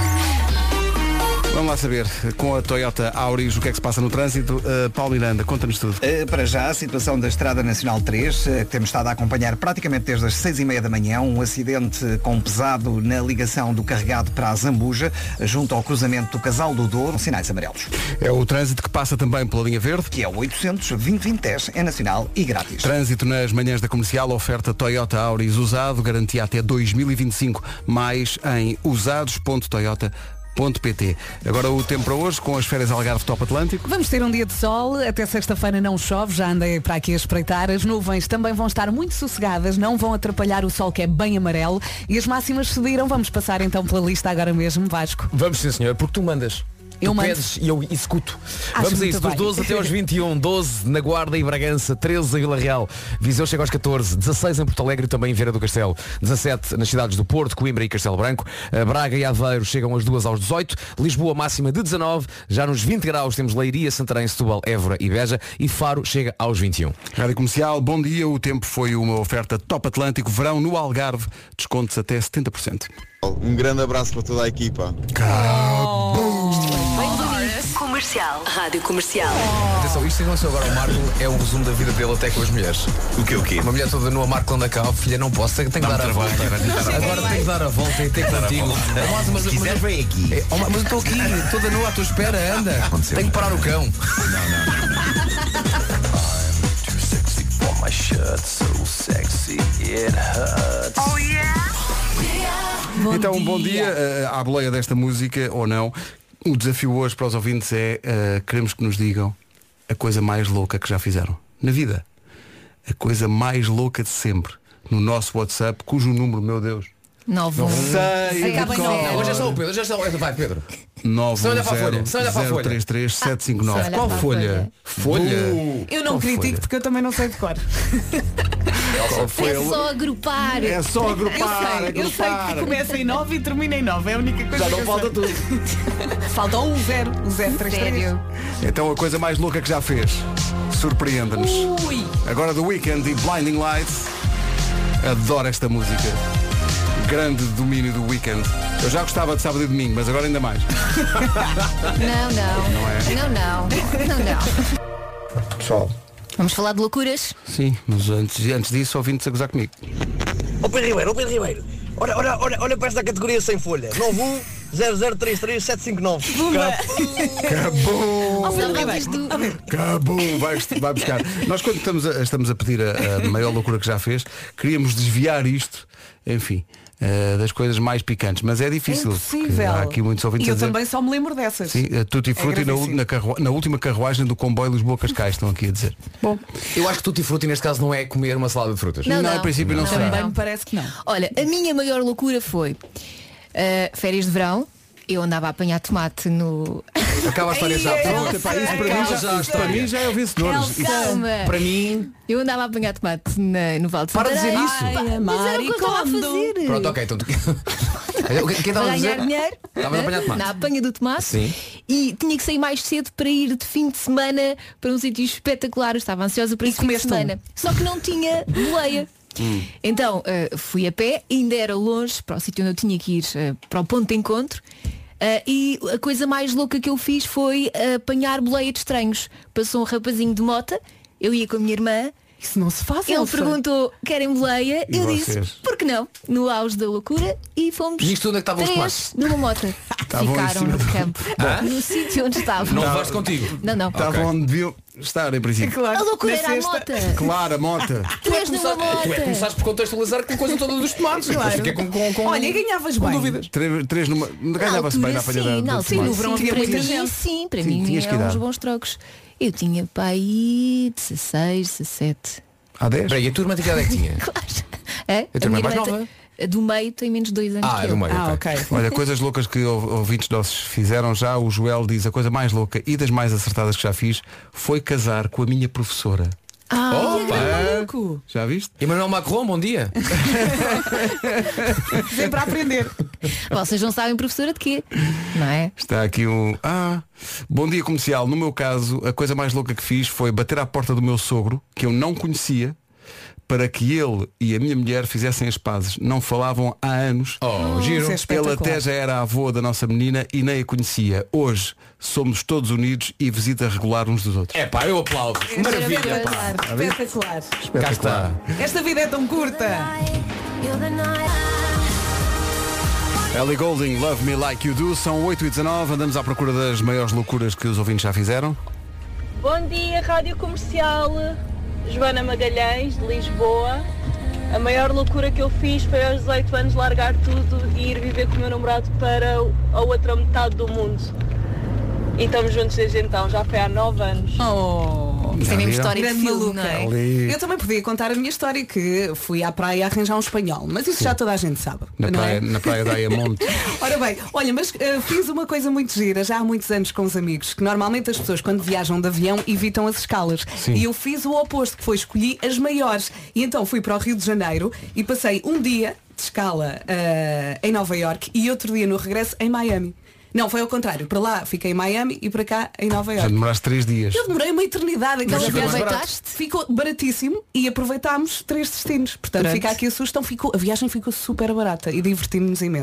Vamos lá saber, com a Toyota Auris, o que é que se passa no trânsito. Uh, Paulo Miranda, conta-nos tudo.
Uh, para já, a situação da Estrada Nacional três, uh, que temos estado a acompanhar praticamente desde as seis e meia da manhã, um acidente com pesado na ligação do carregado para a Zambuja, junto ao cruzamento do Casal do Douro, sinais amarelos.
É o trânsito que passa também pela linha verde.
Que é o oitocentos, vinte, vinte, dez, é nacional e grátis.
Trânsito nas manhãs da comercial, oferta Toyota Auris usado, garantia até dois mil e vinte e cinco, mais em usados ponto toyota ponto pt. Agora o tempo para hoje, com as férias Algarve Top Atlântico.
Vamos ter um dia de sol, até sexta-feira não chove, já andei para aqui a espreitar. As nuvens também vão estar muito sossegadas, não vão atrapalhar o sol que é bem amarelo e as máximas subiram. Vamos passar então pela lista agora mesmo, Vasco.
Vamos sim, senhor, porque tu mandas.
Eu
tu
mando.
pedes e eu executo.
Acho
Vamos a
muito
isso, dos
bem.
doze até aos vinte e um, doze na Guarda e Bragança, treze em Vila Real, Viseu chega aos catorze, dezasseis em Porto Alegre e também em Vieira do Castelo, dezassete nas cidades do Porto, Coimbra e Castelo Branco, a Braga e Aveiro chegam as duas aos dezoito, Lisboa máxima de dezanove, já nos vinte graus temos Leiria, Santarém, Setúbal, Évora e Beja e Faro chega aos vinte e um.
Rádio Comercial, bom dia. O tempo foi uma oferta Top Atlântico, verão no Algarve, descontos até setenta por cento.
Um grande abraço para toda a equipa.
Cá,
Bem bonito.
Comercial. Rádio Comercial.
Atenção, isto em relação agora ao Marco é um resumo da vida dele até com as mulheres.
O que o quê?
Uma mulher toda nua, Marco anda cá, filha, não posso, tenho que dar a volta. Agora tenho que dar a volta e ter contigo. Mas, mas,
Se quiser, vem aqui.
É, oh, mas eu estou aqui, toda nua à tua espera, anda. Tenho que parar o cão.
Oh yeah!
Bom
então,
dia.
bom dia. Uh, à boleia desta música, ou não, o desafio hoje para os ouvintes é uh, queremos que nos digam a coisa mais louca que já fizeram na vida. A coisa mais louca de sempre. No nosso WhatsApp, cujo número, meu Deus,
Nove.
sei
Acaba em nove.
Hoje é só o Pedro, hoje é só o Vai, Pedro.
nove
Só olha
um
para a folha, só olha para a
zero
folha.
três três sete cinco
Só
nove.
olha
Qual
para a
folha? Folha?
Eu não
Qual
critico
folha?
porque eu também não sei de cor.
Qual foi
É
a-
só agrupar.
É só
Eu
agrupar,
sei, eu sei
agrupar.
que começa em nove e termina em nove. É a única coisa
Já
que
não
eu
falta
sei.
tudo.
Falta um zero, um zero três três.
Sério.
Então a coisa mais louca que já fez. Surpreenda-nos.
Ui.
Agora do Weekend e Blinding Lights. Adoro esta música. Grande domínio do Weekend. Eu já gostava de sábado e domingo, mas agora ainda mais.
Não, não.
Não é?
Não, não. Não, não.
Pessoal.
Vamos falar de loucuras?
Sim, mas antes, antes disso ouvintes a gozar comigo.
Ó Pedro Ribeiro, ó Pedro Ribeiro. Olha, olha, olha, olha para esta categoria sem folha. nove um zero zero três três sete cinco nove.
Acabou!
Oh, Pedro Ribeiro, tu-
Acabou! Vai, vai buscar. Nós quando estamos a, estamos a pedir a, a maior loucura que já fez, queríamos desviar isto, enfim, eh, das coisas mais picantes. Mas é
É
difícil. porque
impossível.
Há aqui muitos ouvintes
E
a
eu
dizer.
também só me lembro dessas.
Sim, a Tutti Frutti
É
na,
gravíssimo.
na, carrua- na última carruagem do comboio Lisboa-Cascais, estão aqui a dizer. Bom,
Eu acho que tutti frutti neste caso não é comer uma salada de frutas.
Não,
não,
não.
em princípio não,
Não,
será.
Também me parece que não.
Olha, a minha maior loucura foi uh, férias de verão. Eu andava a apanhar tomate no...
Acaba a história já. por favor.
Pronto, epá, isso para mim,
Acaba
já,
já a
isso para mim
história.
já é vencedores. Isso-
Calma.
Para mim.
Eu andava a apanhar tomate na, no Val de
Para de dizer
Santarém.
isso.
Pá, Mas era o que eu estava a fazer.
Pronto, ok, então tu... O que- Quem
Para
estava a dizer?
ganhar dinheiro
Estavas a apanhar tomate.
na apanha do tomate.
Sim.
E tinha que sair mais cedo para ir de fim de semana para um sítio espetacular. Eu estava ansiosa para
E
esse fim de
comeste
semana.
um.
Só que não tinha boleia. Então uh, fui a pé, ainda era longe para o sítio onde eu tinha que ir, uh, para o ponto de encontro. Uh, e a coisa mais louca que eu fiz foi apanhar boleia de estranhos. Passou um rapazinho de mota, eu ia com a minha irmã.
Isso não se faz.
Ele
Elsa.
perguntou, querem boleia?
E
Eu
vocês?
disse, por que não? No auge da loucura. E fomos
Nisto onde é que estavam os
três numa moto.
Estavam em
Ficaram
cima
no
do-
campo. No sítio onde estavam.
Não levaste contigo.
Não, não.
Estavam onde deviam estar, em princípio.
Claro,
A loucura
na
era a
sexta.
mota.
Claro, a mota.
Três numa moto.
Tu é que começaste por contextualizar com a coisa toda dos tomates. Depois fiquei com, com, com,
Olha, e ganhavas
com
bem.
dúvidas.
Três, três numa. Ganhava-se bem na
altura,
apanhada
sim, na
de
altura,
tomate.
no verão
sim,
havia
para
muita
mim,
gente.
sim, para
Sim,
mim
tinhas que
é uns
idade?
bons trocos. Eu tinha para aí dezasseis, dezassete.
Há dez?
Espera aí, a turma de que idade é que tinha?
Claro. É?
A tua irmã é mais
irmã
nova?
tem- a do meio tem menos de dois anos
Ah,
que
é do
eu.
meio.
Ah,
ok.
ok.
Olha, coisas loucas que ou- ouvintes nossos fizeram já. O Joel diz a coisa mais louca e das mais acertadas que já fiz foi casar com a minha professora.
Ah,
Opa!
Maluco.
Já viste?
Emmanuel Macron, bom dia.
Sempre a aprender.
vocês não sabem professora de quê? Não é?
Está aqui um. Ah, bom dia comercial. No meu caso, a coisa mais louca que fiz foi bater à porta do meu sogro, que eu não conhecia, para que ele e a minha mulher fizessem as pazes. Não falavam há anos.
Oh, giro.
Isso é espetacular.
Ele até já era avô da nossa menina e nem a conhecia. Hoje somos todos unidos e visita regular uns dos outros.
É pá, eu aplaudo. Maravilha, pá.
Espetacular. Espetacular.
Cá está.
Esta vida é tão curta.
Ellie Goulding, Love Me Like You Do. São oito e dezanove. Andamos à procura das maiores loucuras que os ouvintes já fizeram.
Bom dia, Rádio Comercial. Joana Magalhães, de Lisboa. A maior loucura que eu fiz foi aos dezoito anos largar tudo e ir viver com o meu namorado para a outra metade do mundo. E estamos juntos desde então, já foi há nove anos.
Oh,
Isso é mesmo história de
grande
filme,
maluca.
não é?
Ali.
Eu também podia contar a minha história, que fui à praia arranjar um espanhol, mas isso já toda a gente sabe.
Na
não
praia,
é?
na praia da Ayamonte.
Ora bem, olha, mas eh, fiz uma coisa muito gira já há muitos anos com os amigos, que normalmente as pessoas quando viajam de avião evitam as escalas.
Sim.
E eu fiz o oposto, que foi escolhi as maiores. E então fui para o Rio de Janeiro e passei um dia de escala eh, em Nova Iorque e outro dia no regresso em Miami. Não, foi ao contrário. Para lá fiquei em Miami e para cá em Nova
Já
Iorque.
demoraste três dias.
Eu demorei uma eternidade. Aquela
Mas ficou
viagem
mais barato?
ficou baratíssimo e aproveitámos três destinos. Portanto,
Pronto.
fica aqui a sugestão. Ficou, a viagem ficou super barata e divertimos-nos imenso.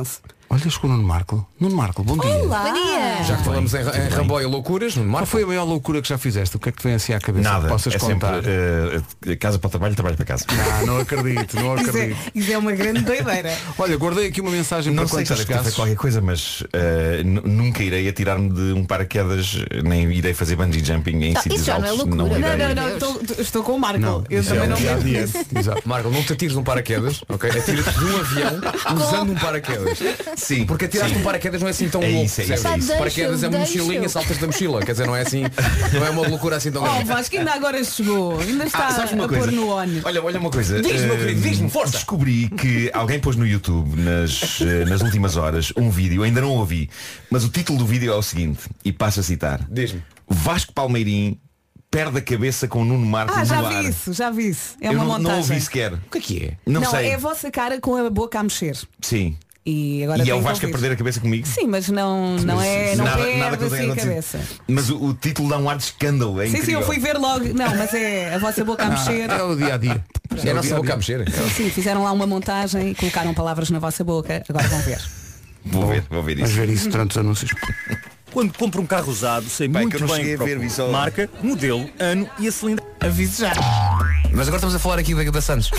Olha, chegou o Nuno Marco. Nuno Marco, bom dia.
Olá.
Bom dia.
Já que falamos em, em Ramboia Loucuras, Nuno
Qual
Marco.
foi a maior loucura que já fizeste? O que é que te vem assim à cabeça?
Nada,
Que possas
é
contar?
sempre uh, casa para o trabalho, trabalho para casa.
Não, não acredito, não
Isso é,
acredito.
isso é uma grande doideira.
Olha, guardei aqui uma mensagem
Não
para
sei
quando
se deve ter
chegasses.
qualquer coisa, mas uh, n- nunca irei atirar-me de um paraquedas, nem irei fazer bungee jumping em
Ah,
sítios
isso já não é
altos.
loucura.
Não,
Não,
irei.
não, não, estou, estou com o Marco.
Não,
eu
isso
também
é
não
um dia
me
adiante. Exato.
Marco, não te atires de um paraquedas, ok? Atira-te de um avião usando um paraquedas.
Sim.
Porque atirar-te de um paraquedas não é assim tão
É
louco.
isso, é isso,
percebes?
é isso.
Paraquedas é uma
Deixa-o,
mochilinha,
deixa-o.
saltas da mochila. Quer dizer, não é assim, não é uma loucura assim tão
Oh,
grande.
Vasco, ainda agora chegou. Ainda está
Ah, sabes uma
a
coisa?
pôr no on.
Olha, olha uma coisa.
Diz-me, meu
eh,
querido, diz-me, força.
Descobri que alguém pôs no YouTube nas, eh, nas últimas horas um vídeo, ainda não ouvi, mas o título do vídeo é o seguinte, e passo a citar.
Diz-me.
Vasco Palmeirim perde a cabeça com o Nuno Marco
Ah,
no
já
ar.
vi isso, já vi isso. É
Eu
uma
não,
montagem.
não ouvi sequer.
O que é que é?
Não,
Não,
sei.
é a vossa cara com a boca a mexer.
Sim.
E agora
E é
tem
o
que
Vasco a
ouvir.
perder a cabeça comigo?
Sim, mas não, não é. Não
nada,
perde
nada que eu tenha
assim a
acontecido.
cabeça.
Mas o, o título dá um ar de escândalo, é
Sim, sim,
incrível.
eu fui ver logo. Não, mas é a vossa boca a mexer.
É o dia a dia.
É a nossa boca a mexer.
Sim, fizeram lá uma montagem e colocaram palavras na vossa boca. Agora vão ver.
Vou ver, vou ver
Vamos
isso.
ver isso durante os anúncios.
Quando compro um carro usado, sei
Pai,
muito
que eu não
bem
cheguei a
qual
ver, vi só-
marca, modelo, ano e a cilindrada.
Aviso já.
Mas agora estamos a falar aqui da, da Santos.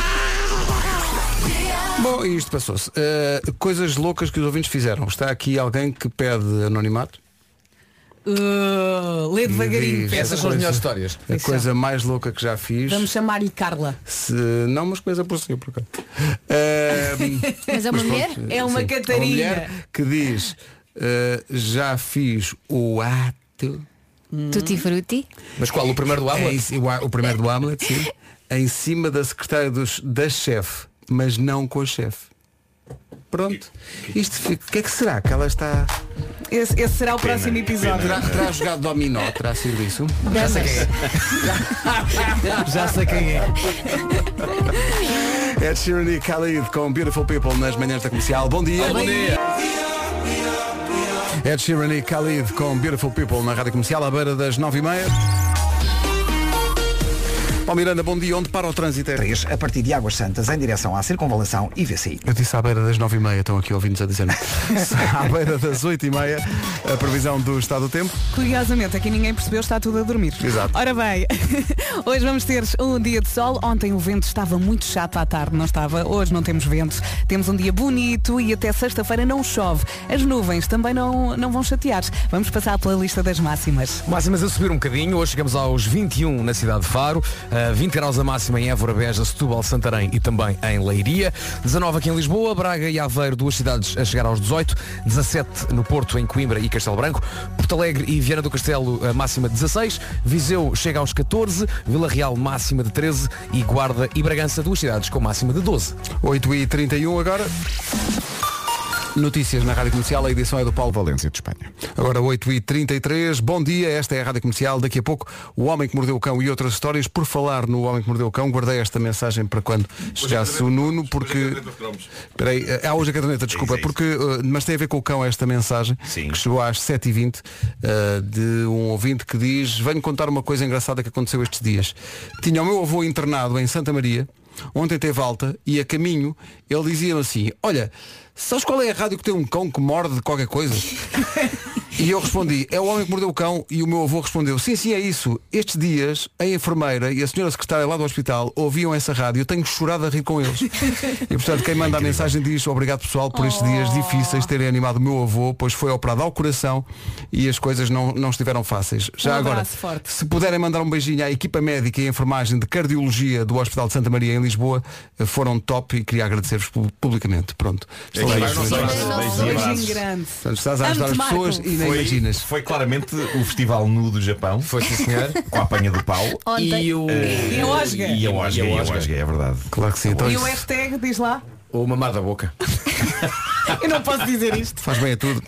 Bom, e isto passou-se. Uh, coisas loucas que os ouvintes fizeram. Está aqui alguém que pede anonimato.
Uh, lê devagarinho.
Diz,
Pedro.
Essas são as melhores histórias.
A coisa mais louca que já fiz.
Vamos chamar-lhe Carla.
Se, não, mas coisa por si, por cá. Uh,
Mas é uma mulher?
É uma
sim,
Catarina.
Uma mulher que diz, uh, já fiz o ato.
Tutti frutti.
Mas qual? O primeiro do Hamlet?
Em ci- o, a- o primeiro do Hamlet, sim. Em cima da secretária dos, da chefe, mas não com a chefe. Pronto. Isto fica. O que é que será que ela está.
Esse, esse será o próximo episódio.
Terá, terá jogado dominó, terá sido isso?
Já sei quem é. Já sei quem é.
Ed Sheeran e Khalid com Beautiful People nas manhãs da comercial. Bom dia.
Bom dia.
Ed Sheeran e Khalid com Beautiful People na rádio comercial à beira das nove e meia. Paulo Miranda, bom dia. Onde para o trânsito? É?
três a partir de Águas Santas em direção à Circunvalação e V C I.
Eu disse à beira das nove e meia, estão aqui ouvindo-nos a dizer à beira das oito e meia, a previsão do estado do tempo.
Curiosamente, aqui ninguém percebeu, está tudo a dormir.
Exato.
Ora bem, hoje vamos ter um dia de sol. Ontem o vento estava muito chato à tarde, não estava? Hoje não temos vento. Temos um dia bonito e até sexta-feira não chove. As nuvens também não, não vão chatear. Vamos passar pela lista das máximas.
Máximas a subir um bocadinho. Hoje chegamos aos vinte e um na cidade de Faro, uh, vinte graus a máxima em Évora, Beja, Setúbal, Santarém e também em Leiria, dezanove aqui em Lisboa, Braga e Aveiro, duas cidades a chegar aos dezoito, dezassete no Porto, em Coimbra e Castelo Branco, Porto Alegre e Viana do Castelo a máxima de dezasseis, Viseu chega aos catorze, Vila Real máxima de treze e Guarda e Bragança, duas cidades com máxima de doze.
oito e trinta e um agora. Notícias na Rádio Comercial, a edição é do Paulo Valência de Espanha. Agora oito e trinta e três, bom dia, esta é a Rádio Comercial. Daqui a pouco, O Homem que Mordeu o Cão e outras histórias. Por falar no Homem que Mordeu o Cão, guardei esta mensagem para quando chegasse o Nuno, porque... Espera aí, há hoje a caderneta, desculpa, porque, uh, mas tem a ver com o cão esta mensagem,
Sim.
que chegou às sete e vinte, uh, de um ouvinte que diz: venho contar uma coisa engraçada que aconteceu estes dias. Tinha o meu avô internado em Santa Maria, ontem teve alta, e a caminho ele dizia-me assim: olha, sabes qual é a rádio que tem um cão que morde qualquer coisa? E eu respondi: é O Homem que Mordeu o Cão. E o meu avô respondeu: sim, sim, é isso. Estes dias a enfermeira e a senhora secretária lá do hospital ouviam essa rádio. Eu tenho chorado a rir com eles. E portanto quem manda a mensagem diz: obrigado pessoal por estes dias difíceis terem animado o meu avô, pois foi operado ao coração e as coisas não, não estiveram fáceis. Já
Um
agora,
abraço forte.
se puderem mandar um beijinho à equipa médica e enfermagem de cardiologia do Hospital de Santa Maria em Lisboa, foram top e queria agradecer-vos pu- publicamente. Pronto. Estou
É,
aí.
vai, não sei.
Beijinho
abraços.
grande.
Portanto, estás a ajudar as
Amo-te,
pessoas
Marco.
e nem
Foi,
imaginas.
foi claramente o Festival Nu do Japão.
Foi sim, senhor.
Com a apanha do pau.
Ontem.
E o...
E a Osga.
E a Osga, e a Osga, é verdade.
Claro que sim. Então
E
isso
o hashtag, diz lá.
O mamar da boca.
Eu não posso dizer isto.
faz bem a tudo.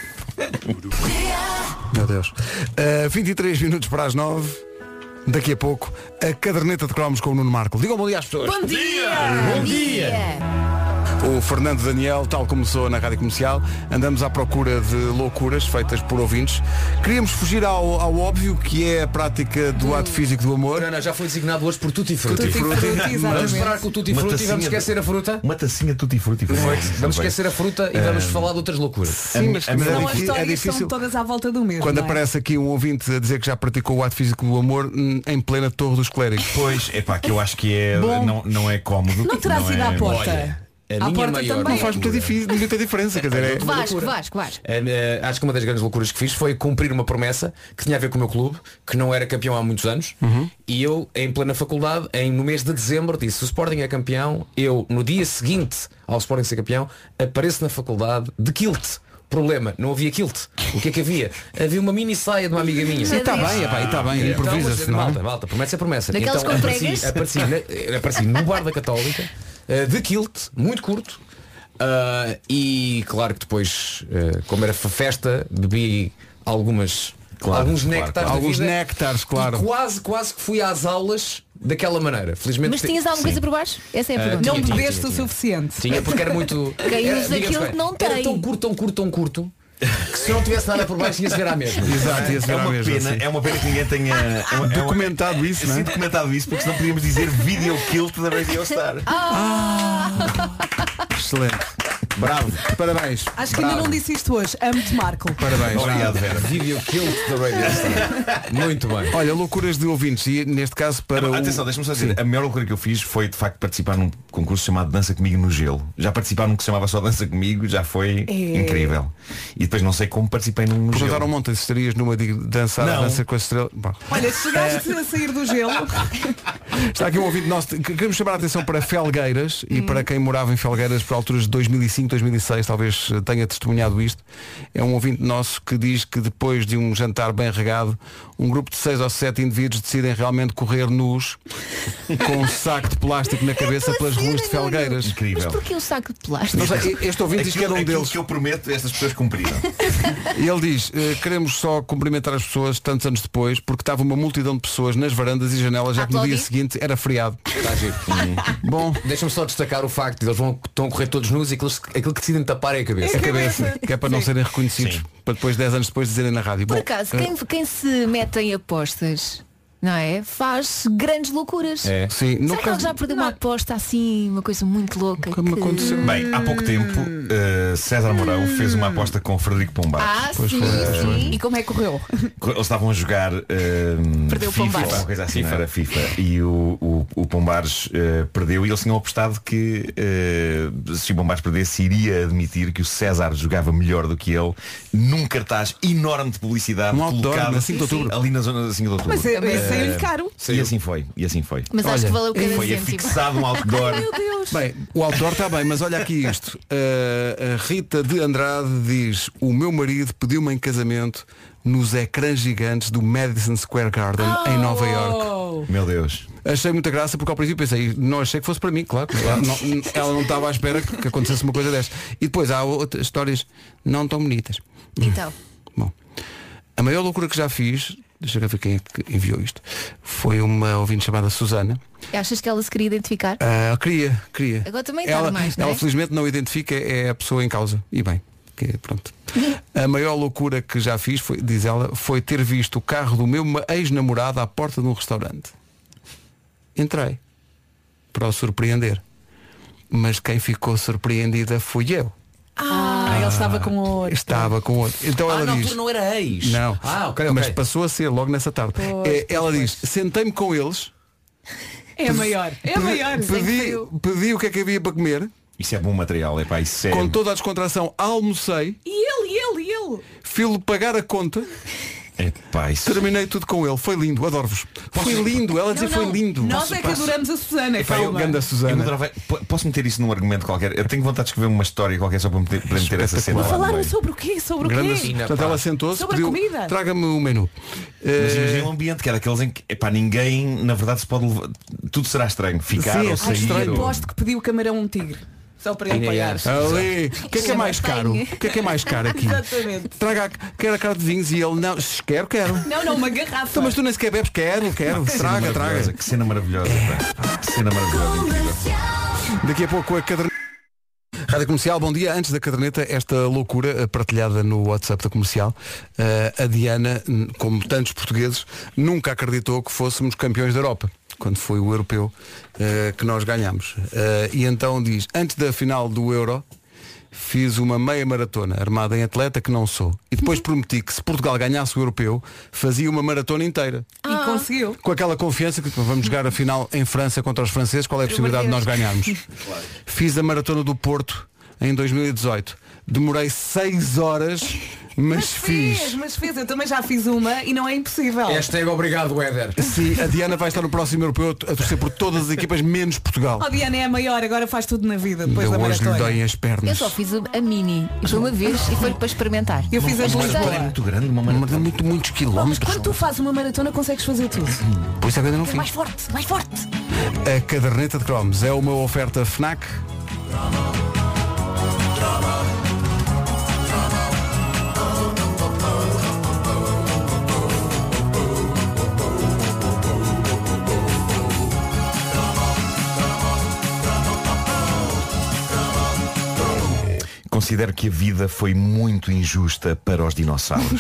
Meu Deus. Uh, vinte e três minutos para as nove. Daqui a pouco, a caderneta de cromos com o Nuno Marco. Digam bom dia às pessoas.
Bom dia!
Bom dia!
O Fernando Daniel, tal começou na Rádio Comercial. Andamos à procura de loucuras feitas por ouvintes. Queríamos fugir ao, ao óbvio, que é a prática do ato físico do amor.
Não, não, já foi designado hoje por Tutti Frutti.
Tutti Frutti.
Vamos parar com o Tutti Frutti e vamos esquecer a fruta.
Uma tacinha Tutti Frutti.
Vamos esquecer a fruta e vamos falar de outras loucuras.
Sim, mas, mas
Não,
é,
as
difícil, é
histórias
difícil.
estão todas à volta do mesmo.
Quando
não é?
aparece aqui um ouvinte a dizer que já praticou o ato físico do amor em plena Torre dos Clérigos.
Pois, é pá, que eu acho que é,
Bom.
não, não é cómodo.
Não terá sido
é...
à porta.
Olha, a
à
minha
porta
maior
também.
Não faz muita, difícil, muita diferença. Quer dizer, é...
Vasco, Vasco, Vasco.
É, é, acho que uma das grandes loucuras que fiz foi cumprir uma promessa que tinha a ver com o meu clube, que não era campeão há muitos anos,
Uhum.
e eu, em plena faculdade, em, no mês de dezembro, disse: se o Sporting é campeão, eu, no dia seguinte ao Sporting ser campeão, apareço na faculdade de kilt. Problema, não havia kilt. O que é que havia? Havia uma mini saia de uma amiga minha.
Sim, está bem, epá, está bem, improvisa-se,
então,
não é?
malta, malta, promessa é promessa.
Daquelas
então
com
apareci,
pregas?
apareci, na- apareci no bar da Católica, eh, de kilt, muito curto. ah, e claro que depois, eh, como era festa, bebi algumas
Claro,
alguns
claro,
néctares
claro.
da
Alguns
vida,
néctares, claro.
e quase, quase que fui às aulas daquela maneira. Felizmente
Mas tinhas alguma coisa por baixo? Essa é a
Ah,
pergunta.
Não
Tinha, tinha,
bebeste
tinha,
o
tinha.
suficiente.
Tinha, porque era muito.
Quem
era,
usa
digamos
aquilo
bem,
não
era
tem.
tão curto, tão curto, tão curto, que se não tivesse nada por baixo ia-se ver à mesma.
Exato, ia-se ver
É
à
uma,
mesma,
pena,
assim.
é uma pena que ninguém tenha é uma- é uma-
Documentado isso, não é?
Sim, documentado isso, porque senão podíamos dizer Video Kilt da Radio Star.
Excelente.
Bravo.
Parabéns.
Acho que ainda não disse isto hoje. Amo-te, Marco.
Parabéns.
Obrigado, Vera.
Video Kilt da Radio Star. Muito bem.
Olha, loucuras de ouvintes. E neste caso para o...
Atenção, deixa-me só dizer, a maior loucura que eu fiz foi de facto participar num concurso chamado Dança Comigo no Gelo. Já participar num que se chamava só Dança Comigo, já foi
É.
incrível. E depois não sei como participei num no
Perguntaram
gelo.
ontem se estarias numa de dançar a
Não.
dança com a estrela. Bom,
Olha, se chegaste a sair do gelo.
está aqui um ouvinte nosso. que- Queremos chamar a atenção para Felgueiras e para quem morava em Felgueiras por alturas de dois mil e cinco, dois mil e seis, talvez eh, tenha testemunhado isto. É um ouvinte nosso que diz que depois de um jantar bem regado, um grupo de seis ou sete indivíduos decidem realmente correr nus com um saco de plástico na cabeça pelas ruas de Felgueiras.
Incrível.
Mas porquê o saco de plástico?
Não sei, este ouvinte diz que era um
Aquilo- aquilo
deles.
que eu prometo, estas pessoas cumpriram.
E ele diz, eh, queremos só cumprimentar as pessoas tantos anos depois, porque estava uma multidão de pessoas nas varandas e janelas, já que no dia
Aplaudir.
seguinte era feriado.
Está a giro.
Bom,
Deixa-me só destacar o facto de eles vão, estão a correr todos nus e aquilo, aquilo que decidem tapar é a cabeça.
a cabeça, que é para não serem reconhecidos,
Sim.
para depois, dez anos depois, dizerem na rádio.
Por
Bom,
acaso,
eh,
quem, quem se mete em apostas, não é? Faz grandes loucuras.
É.
sim, no
Será que ele
caso,
já perdeu uma aposta assim, uma coisa muito louca?
como
que-
aconteceu.
Bem, há pouco tempo, uh, César Mourão fez uma aposta com o Frederico Pombares.
Ah,
Pois
sim,
foi, pois foi.
sim.
E como é que correu?
Eles estavam a jogar uh,
Perdeu o
FIFA,
Pombares.
uma coisa assim,
FIFA.
não era FIFA. E o, o, o Pombares uh, perdeu e eles tinham apostado que uh, se o Pombares perdesse, iria admitir que o César jogava melhor do que ele num cartaz enorme de publicidade
Um outdoor,
colocado
na cinco de outubro.
ali na zona da cinco de outubro.
Mas é, é
Uh,
saiu-lhe caro.
E assim foi, e assim foi.
Mas acho
Olha,
que valeu cada
Foi
cêntimo.
afixado um outdoor.
Meu Deus.
Bem, o autor está bem, mas olha aqui isto. Uh, a Rita de Andrade diz: o meu marido pediu-me em casamento nos ecrãs gigantes do Madison Square Garden em Nova York.
Oh.
Meu Deus.
Achei muita graça porque ao princípio pensei, não achei que fosse para mim, claro. Ela não, ela não estava à espera que, que acontecesse uma coisa desta. E depois há outras histórias não tão bonitas.
Então.
Bom, a maior loucura que já fiz, deixa eu ver quem é que enviou isto, foi uma ouvinte chamada Susana.
Achas que ela se queria identificar?
Ah, queria, queria.
Agora também
ela,
tarde mais, não é?
ela felizmente não identifica é a pessoa em causa. E bem, que, pronto. A maior loucura que já fiz, foi, diz ela, foi ter visto o carro do meu ex-namorado à porta de um restaurante. Entrei para o surpreender. Mas quem ficou surpreendida fui eu.
Ah, ele estava com outro.
Estava com outro. Então
Ah,
ela
não,
diz.
tu não era ex.
Não,
Ah, ok,
mas
ok.
passou a ser logo nessa tarde.
Pois,
É, ela
pois,
diz, sentei-me com eles,
É a maior. É a
pedi,
maior.
pedi, pedi o que é que havia para comer,
Isso é bom material, é pá, isso é.
com toda a descontração almocei,
E ele, e ele, e ele.
fui-lhe pagar a conta,
É pá, isso.
terminei tudo com ele. Foi lindo, adoro-vos. Foi lindo, ela dizia
Não,
foi
não.
lindo.
Nós é que adoramos a Susana.
Epá, eu
Calma.
ganda
Eu
Susana.
adorava- po- Posso meter isso num argumento qualquer? Eu tenho vontade de escrever uma história qualquer só para meter, para meter essa cena. lá no
Falaram
meio.
sobre o quê? Sobre o
Grande,
quê?
portanto, ela sentou-se,
Sobre a
pediu,
comida.
traga-me o menu.
Mas
Eh,
imagina um ambiente que é daqueles em que epá, ninguém, na verdade, se pode levar. Tudo será estranho. Ficar
Sim, é
ou sair.
estranho.
ou-
Aposto que pediu o camarão um tigre. Só para ele pagar.
Ali. O que é que é mais caro? O que é que é mais caro aqui?
Exatamente.
Traga, quer a cara de vinhos e ele não. Se quero, quero.
Não, não, uma garrafa.
Então, mas tu nem sequer bebes, quero, quero.
Que cena
Traga,
maravilhosa,
traga.
Que cena maravilhosa. pá. Que cena maravilhosa. Incrível.
Daqui a pouco a caderneta. Rádio Comercial, bom dia. Antes da caderneta, esta loucura partilhada no WhatsApp da Comercial, a Diana, como tantos portugueses, nunca acreditou que fôssemos campeões da Europa, quando foi o europeu que nós ganhámos. E então diz, antes da final do Euro, fiz uma meia maratona, armada em atleta que não sou. E depois prometi que se Portugal ganhasse o europeu, fazia uma maratona inteira.
Ah. E conseguiu.
Com aquela confiança que vamos jogar a final em França contra os franceses, qual é a possibilidade de nós ganharmos? Claro. Fiz a maratona do Porto em dois mil e dezoito. Demorei seis horas, mas, mas fiz.
Fez, mas fez, eu também já fiz uma e não é impossível.
Hashtag obrigado, Éder.
Sim, a Diana vai estar no próximo europeu a torcer por todas as equipas, menos Portugal.
Oh, Diana é a maior, agora faz tudo na vida depois da
hoje
maratona.
Lhe doem as pernas.
Eu só fiz a mini, foi uma vez e foi para experimentar.
Eu fiz
uma,
as
uma
duas.
maratona é muito grande, uma maratona.
Muito, muitos
Oh,
quilómetros.
mas quando tu fazes uma maratona consegues fazer tudo.
Por isso é que eu ainda não fiz.
Mais forte, mais forte.
A caderneta de cromos é uma oferta FNAC.
Considero que a vida foi muito injusta para os dinossauros.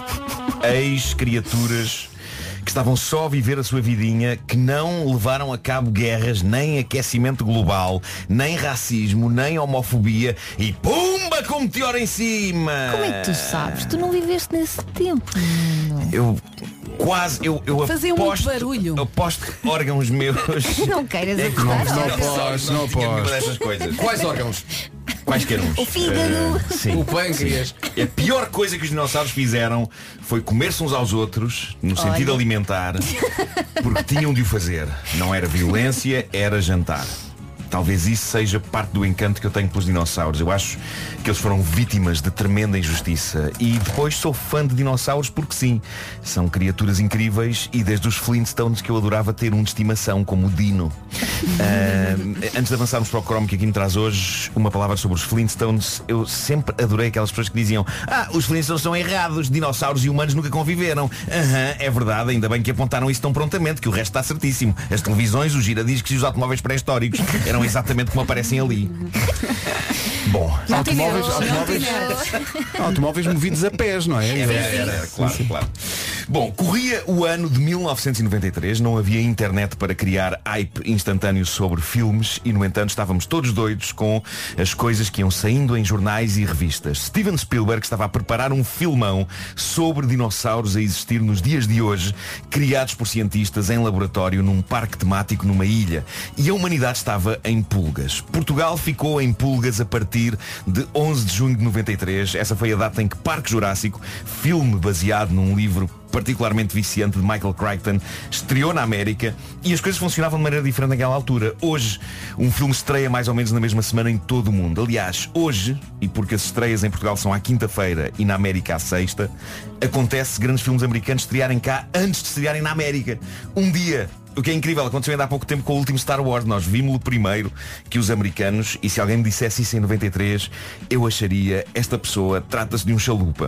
Ex-criaturas que estavam só a viver a sua vidinha, que não levaram a cabo guerras, nem aquecimento global, nem racismo, nem homofobia e pumba com meteoro em cima!
Como é que tu sabes? Tu não viveste nesse tempo. Não.
Eu quase, eu, eu
Fazia
aposto,
muito barulho.
aposto que órgãos meus.
Não queiras
é
apostar.
não,
não posso, não posso.
Dessas coisas.
Quais órgãos?
Quaisquer uns.
O fígado.
Uh, sim,
o pâncreas.
Sim. A pior coisa que os dinossauros fizeram foi comer-se uns aos outros, no
Olha.
sentido alimentar, porque tinham de o fazer. Não era violência, era jantar. Talvez isso seja parte do encanto que eu tenho pelos dinossauros. Eu acho que eles foram vítimas de tremenda injustiça. E depois sou fã de dinossauros porque sim, são criaturas incríveis e desde os Flintstones que eu adorava ter um de estimação, como o Dino. Uh, antes de avançarmos para o cromo que aqui me traz hoje, uma palavra sobre os Flintstones. Eu sempre adorei aquelas pessoas que diziam: ah, os Flintstones são errados, dinossauros e humanos nunca conviveram. Aham, uhum, é verdade, ainda bem que apontaram isso tão prontamente, que o resto está certíssimo. As televisões, os giradiscos e os automóveis pré-históricos eram exatamente como aparecem ali. Bom,
automóveis, automóveis, automóveis movidos a pés, não é?
Era, era, era, claro, claro. Bom, corria o ano de mil novecentos e noventa e três, não havia internet para criar hype instantâneo sobre filmes e, no entanto, estávamos todos doidos com as coisas que iam saindo em jornais e revistas. Steven Spielberg estava a preparar um filmão sobre dinossauros a existir nos dias de hoje, criados por cientistas em laboratório num parque temático numa ilha. E a humanidade estava em pulgas. Portugal ficou em pulgas a partir de onze de junho de noventa e três. Essa foi a data em que Parque Jurássico, filme baseado num livro particularmente viciante de Michael Crichton, estreou na América e as coisas funcionavam de maneira diferente naquela altura. Hoje, um filme estreia mais ou menos na mesma semana em todo o mundo. Aliás, hoje, e porque as estreias em Portugal são à quinta-feira e na América à sexta, acontece grandes filmes americanos estrearem cá antes de estrearem na América. Um dia. O que é incrível, aconteceu ainda há pouco tempo com o último Star Wars. Nós vimos-lo primeiro que os americanos, e se alguém me dissesse isso em noventa e três, eu acharia, esta pessoa trata-se de um chalupa.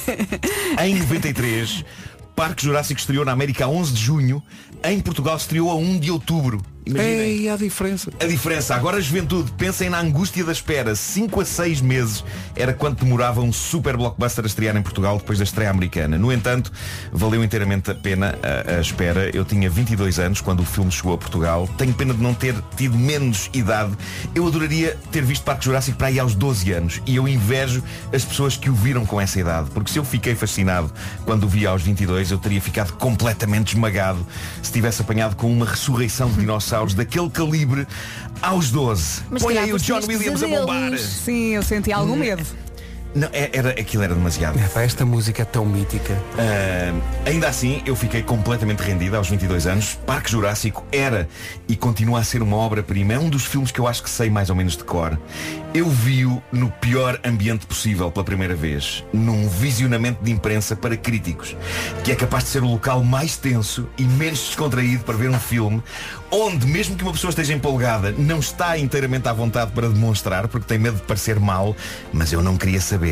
Em noventa e três, Parque Jurássico estreou na América a onze de junho, em Portugal estreou a um de outubro.
Ei, a diferença.
A diferença. Agora a juventude, pensem na angústia da espera. cinco a seis meses era quanto demorava um super blockbuster a estrear em Portugal depois da estreia americana. No entanto, valeu inteiramente a pena a, a espera. Eu tinha vinte e dois anos quando o filme chegou a Portugal. Tenho pena de não ter tido menos idade. Eu adoraria ter visto Parque Jurássico para aí aos doze anos. E eu invejo as pessoas que o viram com essa idade. Porque se eu fiquei fascinado quando o vi aos vinte e dois, eu teria ficado completamente esmagado se tivesse apanhado com uma ressurreição de dinossauros daquele calibre aos doze.
Mas
põe aí o
calhar
John Williams a bombar.
Sim, eu senti algum medo.
Não, era, aquilo era demasiado.
É, esta música é tão mítica.
Uh, ainda assim, eu fiquei completamente rendido aos vinte e dois anos. Parque Jurássico era e continua a ser uma obra-prima. É um dos filmes que eu acho que sei mais ou menos de cor. Eu vi-o no pior ambiente possível pela primeira vez, num visionamento de imprensa para críticos, que é capaz de ser o local mais tenso e menos descontraído para ver um filme, onde mesmo que uma pessoa esteja empolgada, não está inteiramente à vontade para demonstrar, porque tem medo de parecer mal, mas eu não queria saber.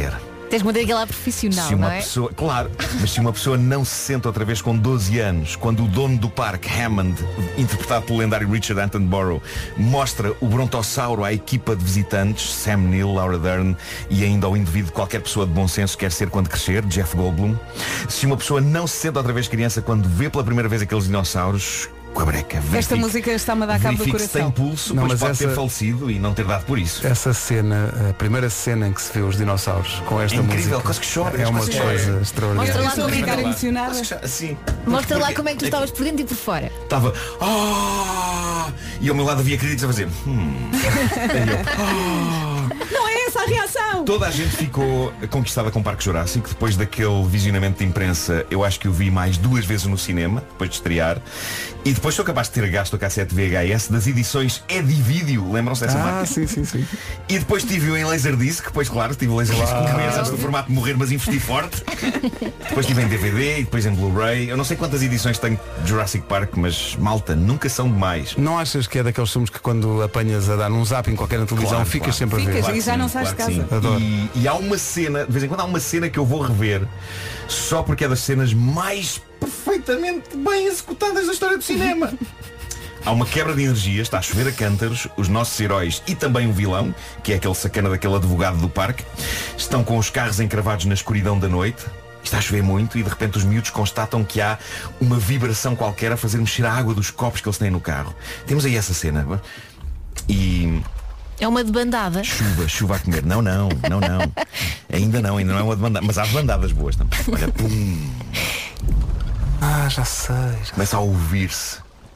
Tens muito aquilo lá profissional,
Se uma
não é?
pessoa, claro, mas se uma pessoa não se senta outra vez com doze anos, quando o dono do parque, Hammond, interpretado pelo lendário Richard Attenborough, mostra o brontossauro à equipa de visitantes, Sam Neill, Laura Dern e ainda ao indivíduo que qualquer pessoa de bom senso quer ser quando crescer, Jeff Goldblum. Se uma pessoa não se senta outra vez criança quando vê pela primeira vez aqueles dinossauros, com a breca,
Esta
verifique-
música está-me a dar cabo do
verifique se tem
coração.
pulso,
Não,
pois
mas
pode
essa-
ter falecido e não ter dado por isso.
Essa cena, a primeira cena em que se vê os dinossauros com esta
É incrível,
música
quase que chora,
é uma
quase que
coisa
chora.
extraordinária.
Mostra lá
Estou a
como é
ficar
que-
emocionada.
Sim.
Mostra lá
Porque-
como é que tu estavas por dentro e por fora.
Estava. "Ah!" E ao meu lado havia críticos a fazer. "Hum." E eu, "Ah."
Não é essa a reação!
Toda a gente ficou conquistada com o Parque Jurássico. Depois daquele visionamento de imprensa, eu acho que o vi mais duas vezes no cinema, depois de estrear. E depois sou capaz de ter gasto a cassete V H S das edições Edivídeo. Lembram-se dessa
Ah,
marca?
sim, sim, sim.
E depois tive-o em Laserdisc. Pois claro, tive o Laserdisc um mês antes do formato de morrer, mas investi forte. Depois tive em D V D e depois em Blu-ray. Eu não sei quantas edições tem de Jurassic Park, mas malta, nunca são demais.
Não achas que é daqueles filmes que quando apanhas a dar num zapping qualquer na televisão
Claro,
ficas
claro.
sempre a ver?
Ficas,
Claro
e
que
já
sim,
não sais de
claro que
casa.
sim.
Adoro.
E, e há uma cena, de vez em quando há uma cena que eu vou rever só porque é das cenas mais perfeitamente bem executadas da história do cinema. Há uma quebra de energia, está a chover a cântaros, os nossos heróis e também o vilão, que é aquele sacana daquele advogado do parque, estão com os carros encravados na escuridão da noite. Está a chover muito e de repente os miúdos constatam que há uma vibração qualquer a fazer mexer a água dos copos que eles têm no carro. Temos aí essa cena. E
É uma debandada.
chuva, chuva a comer. Não, não, não, não. Ainda não, ainda não é uma demanda. Mas há debandadas boas também. Olha, pum.
Ah, já sei. já-
Começa a ouvir-se.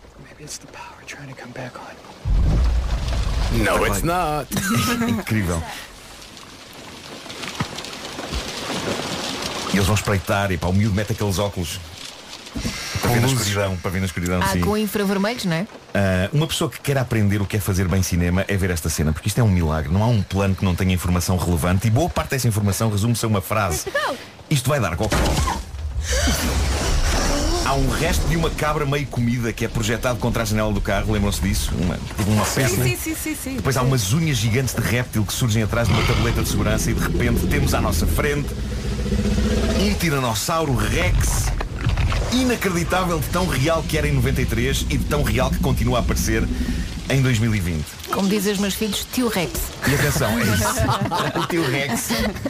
No, it's not.
Incrível. E eles vão espreitar e pá, o miúdo mete aqueles óculos para ver na escuridão, para ver na escuridão,
Ah,
sim.
com infravermelhos, não é?
Ah, uma pessoa que quer aprender o que é fazer bem cinema é ver esta cena, porque isto é um milagre. Não há um plano que não tenha informação relevante e boa parte dessa informação resume-se a uma frase. Isto vai dar qualquer. Há um resto de uma cabra meio comida que é projetado contra a janela do carro, lembram-se disso? Uma, tipo uma
Sim,
peça.
sim, sim, sim, sim.
Depois há umas unhas gigantes de réptil que surgem atrás de uma tableta de segurança e de repente temos à nossa frente um tiranossauro Rex inacreditável de tão real que era em noventa e três e de tão real que continua a aparecer em dois mil e vinte.
Como dizem os meus filhos, tio Rex.
E atenção, é isso. O tio Rex.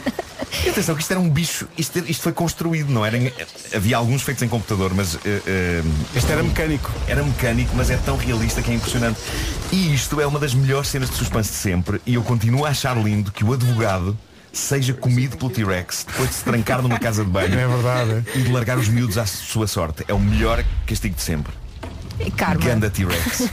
E atenção que isto era um bicho, isto, isto foi construído, não era? em- Havia alguns feitos em computador, mas eh, eh,
Este era mecânico.
era mecânico, mas é tão realista que é impressionante. E isto é uma das melhores cenas de suspense de sempre. E eu continuo a achar lindo que o advogado seja comido pelo T-Rex depois de se trancar numa casa de banho.
É verdade.
E de largar os miúdos à sua sorte. É o melhor castigo de sempre.
E karma.
Ganda T-Rex.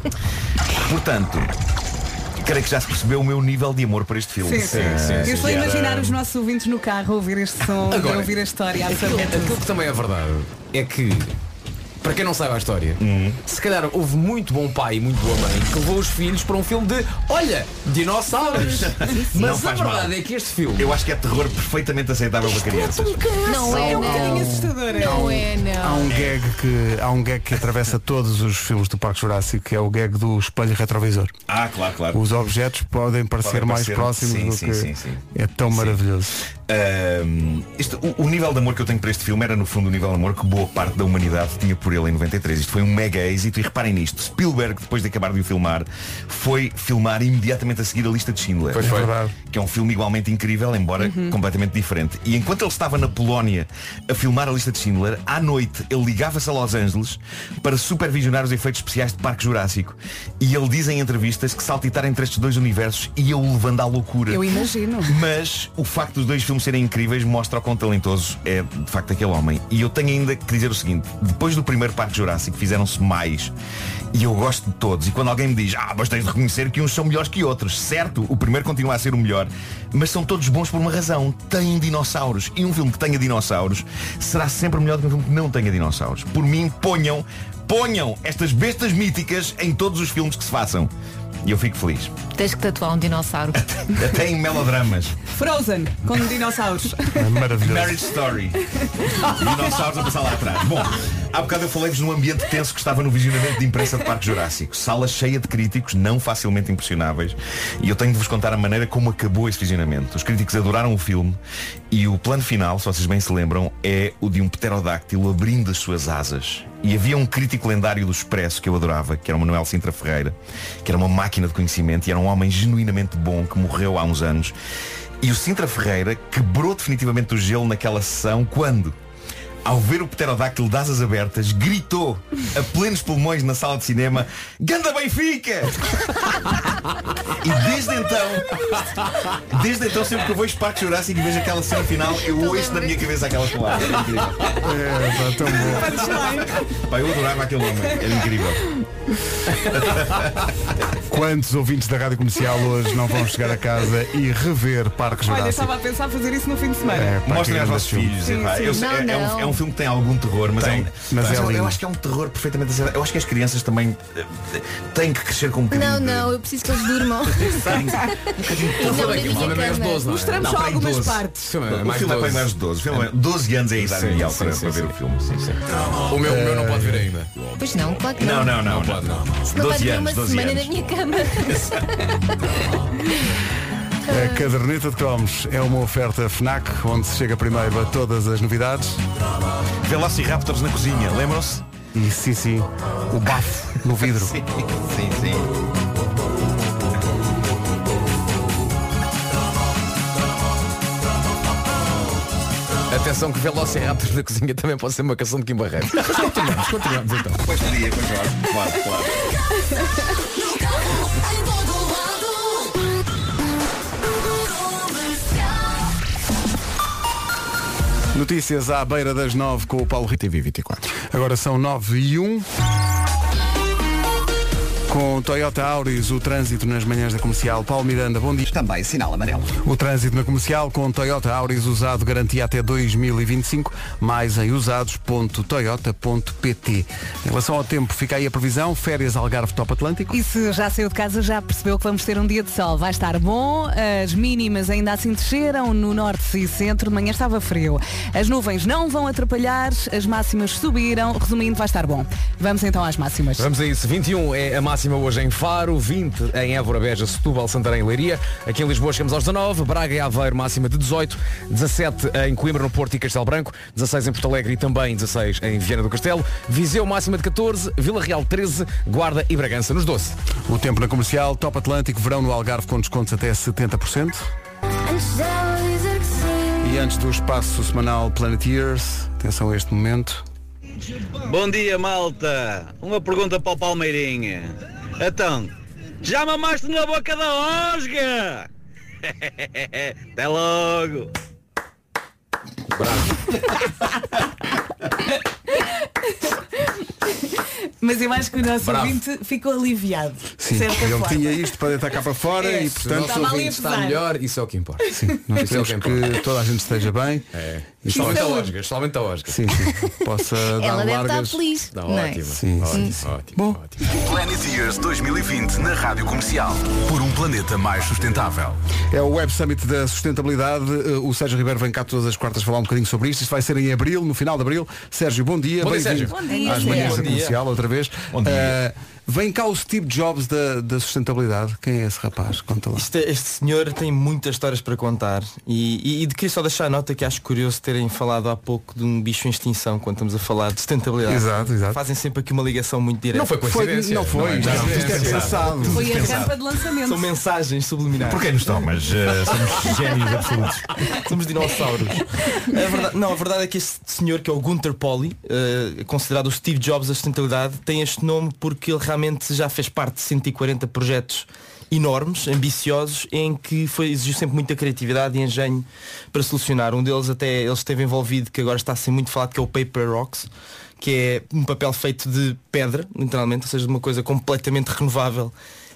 Portanto, creio que já se percebeu o meu nível de amor por este filme.
Sim, sim,
Eh,
sim. Eu estou a
que era-
imaginar os nossos ouvintes no carro a ouvir este som,
Agora,
a ouvir a história, a
Aquilo,
saber
aquilo
tudo.
que também é verdade é que, para quem não sabe a história,
Hum.
se calhar houve muito bom pai e muito boa mãe que levou os filhos para um filme de, olha, dinossauros.
Não
Mas a
faz
verdade
mal.
é que este filme
Eu acho que é terror perfeitamente aceitável para crianças.
Não é,
É um bocadinho
não.
assustador. é?
Não é,
Há
não.
um gag que há um gag que atravessa todos os filmes do Parque Jurássico, que é o gag do espelho retrovisor.
Ah, claro, claro.
Os objetos podem parecer
Podem
mais
parecer-
próximos
sim,
do
sim,
que
sim, sim.
é tão maravilhoso.
Ahm, isto, o, o nível de amor que eu tenho para este filme era no fundo o nível de amor que boa parte da humanidade tinha por ele em noventa e três. Isto foi um mega êxito e reparem nisto. Spielberg, depois de acabar de o filmar, foi filmar imediatamente a seguir a Lista de Schindler.
Pois foi. É verdade.
Que é um filme igualmente incrível, embora completamente diferente. E enquanto ele estava na Polónia a filmar a Lista de Schindler, à noite ele ligava-se a Los Angeles para supervisionar os efeitos especiais de Parque Jurássico. E ele diz em entrevistas que saltitar entre estes dois universos ia-o levando à loucura.
Eu imagino.
Mas o facto dos dois filmes serem incríveis mostra o quão talentoso é de facto aquele homem. E eu tenho ainda que dizer o seguinte: depois do primeiro Parque Jurássico fizeram-se mais. E eu gosto de todos. E quando alguém me diz, ah, mas tens de reconhecer que uns são melhores que outros. Certo, o primeiro continua a ser o melhor, mas são todos bons por uma razão. Têm dinossauros. E um filme que tenha dinossauros será sempre melhor do que um filme que não tenha dinossauros. Por mim, ponham, ponham estas bestas míticas em todos os filmes que se façam. E eu fico feliz.
Tens que tatuar um dinossauro.
Até em melodramas.
Frozen, com dinossauros.
É maravilhoso.
Marriage Story. Dinossauros a passar lá atrás. Bom, Há bocado eu falei-vos num ambiente tenso que estava no visionamento de imprensa de Parque Jurássico. Sala cheia de críticos não facilmente impressionáveis. E eu tenho de vos contar a maneira como acabou esse visionamento. Os críticos adoraram o filme e o plano final, se vocês bem se lembram, é o de um pterodáctilo abrindo as suas asas. E havia um crítico lendário do Expresso que eu adorava, que era o Manuel Sintra Ferreira, que era uma máquina de conhecimento e era um homem genuinamente bom que morreu há uns anos. E o Sintra Ferreira quebrou definitivamente o gelo naquela sessão quando, ao ver o pterodáctilo de asas abertas, gritou a plenos pulmões na sala de cinema: Ganda Benfica! E desde então, desde então, sempre que eu vejo Parque Jurássico e vejo aquela cena final, eu ouço na minha cabeça aquelas palavras. É incrível.
É, tá tão bom.
Pá, eu adorava aquele homem, era incrível.
Quantos ouvintes da Rádio Comercial hoje não vão chegar a casa e rever Parque Jurássico?
Olha, estava a pensar fazer isso no fim de semana.
É, pá,
mostrem
que
aos vossos
filme.
filhos.
Sim,
epá,
sim.
eu sei,
Não,
é, é um,
não.
é um filme que tem algum terror, mas,
Tem,
é um,
mas é
eu,
lindo.
eu acho que é um terror perfeitamente acertado. Eu acho que as crianças também eh, têm que crescer com um bocadinho.
Não,
de-
não, eu preciso que eles durmam.
Tem.
E não na minha cama.
Mostramos
Não,
só
para aí
algumas
doze.
partes.
O filme é para aí mais de doze. O filme é- doze anos é a idade
Sim,
ideal
sim,
para,
sim,
para
sim.
ver o filme. Sim, sim.
O meu, o meu não pode ver ainda.
Pois não, claro que
Não,
não.
não, não.
Não pode, não.
Senão vai
doze
ter
anos,
uma
doze
semana
anos.
na minha cama.
A caderneta de cromos é uma oferta FNAC, onde se chega primeiro a todas as novidades.
Velociraptors na cozinha, lembram-se?
E sim, sim, o bafo no vidro.
Sim, sim, sim.
Atenção que Velociraptors na cozinha também pode ser uma canção de Kim Barreiros. Mas continuamos, continuamos então.
Pois podia, pois claro, claro, claro.
Notícias à beira das nove com o Paulo Rita.
T V vinte e quatro.
Agora são nove e um. Com o Toyota Auris, o trânsito nas manhãs da Comercial. Paulo Miranda, bom dia.
Também sinal amarelo.
O trânsito na Comercial com Toyota Auris usado garantia até dois mil e vinte e cinco, mais em usados ponto toyota ponto pt. Em relação ao tempo, fica aí a previsão, férias Algarve Top Atlântico.
E se já saiu de casa, já percebeu que vamos ter um dia de sol. Vai estar bom, as mínimas ainda assim desceram, no norte e centro, de manhã estava frio. As nuvens não vão atrapalhar, as máximas subiram, resumindo, vai estar bom. Vamos então às máximas.
Vamos a isso. vinte e um é a máxima hoje em Faro, vinte em Évora, Beja, Setúbal, Santarém e Leiria. Aqui em Lisboa chegamos aos dezanove, Braga e Aveiro máxima de dezoito, dezassete em Coimbra, no Porto e Castelo Branco, dezasseis em Porto Alegre e também dezasseis em Viana do Castelo, Viseu máxima de catorze, Vila Real treze, Guarda e Bragança nos doze.
O tempo na Comercial, Top Atlântico, verão no Algarve com descontos até setenta por cento. E antes do espaço semanal Planeteers, atenção a este momento.
Bom dia, malta. Uma pergunta para o Palmeirinha. Então, já mamaste na boca da Osga? Até logo.
Mas eu acho que o nosso
Bravo.
ouvinte ficou aliviado.
Sim,
de certa
ele
forma.
tinha isto para deitar cá para fora
É,
e portanto
estava ali a
Está
pesar.
melhor, isso é o que importa.
sim, nós
Isso é o
queremos
que importa.
que toda a gente esteja bem.
É.
E
Somente a
saúde.
Osga, somente a Osga.
Sim, sim. Possa dar
Ela deve estar
largas.
feliz.
Está
não é?
ótimo.
Sim,
ótimo,
sim.
ótimo,
Bom.
ótimo.
Planeteers dois mil e vinte na Rádio Comercial. Por um planeta mais sustentável.
É o Web Summit da Sustentabilidade. Uh, O Sérgio Ribeiro vem cá todas as quartas falar um bocadinho sobre isto. Isto vai ser em abril, no final de abril. Sérgio, bom dia.
Bom dia,
Bem-vindo
Sérgio.
Bom dia,
às
Sérgio.
manhãs
Bom
da
dia.
Comercial outra vez.
Bom dia.
Uh, Vem cá o Steve Jobs da, da sustentabilidade. Quem é esse rapaz? Conta lá.
Este, este senhor tem muitas histórias para contar e, e, e queria só deixar a nota que acho curioso terem falado há pouco de um bicho em extinção quando estamos a falar de sustentabilidade.
Exato, exato.
Fazem sempre aqui uma ligação muito direta.
Não foi coincidência.
Não foi,
Não é
não, isto é
coincidência.
pensado.
Foi a
Pensado.
rampa de lançamento.
São mensagens subliminares.
Porquê nos tomas? Uh, somos génios absolutos.
Somos dinossauros. A verdade, não, a verdade é que este senhor, que é o Gunter Pauli, uh, considerado o Steve Jobs da sustentabilidade, tem este nome porque ele realmente já fez parte de cento e quarenta projetos enormes, ambiciosos, em que foi, exigiu sempre muita criatividade e engenho para solucionar. Um deles até ele esteve envolvido, que agora está a ser muito falado, que é o Paper Rocks, que é um papel feito de pedra, literalmente, ou seja, de uma coisa completamente renovável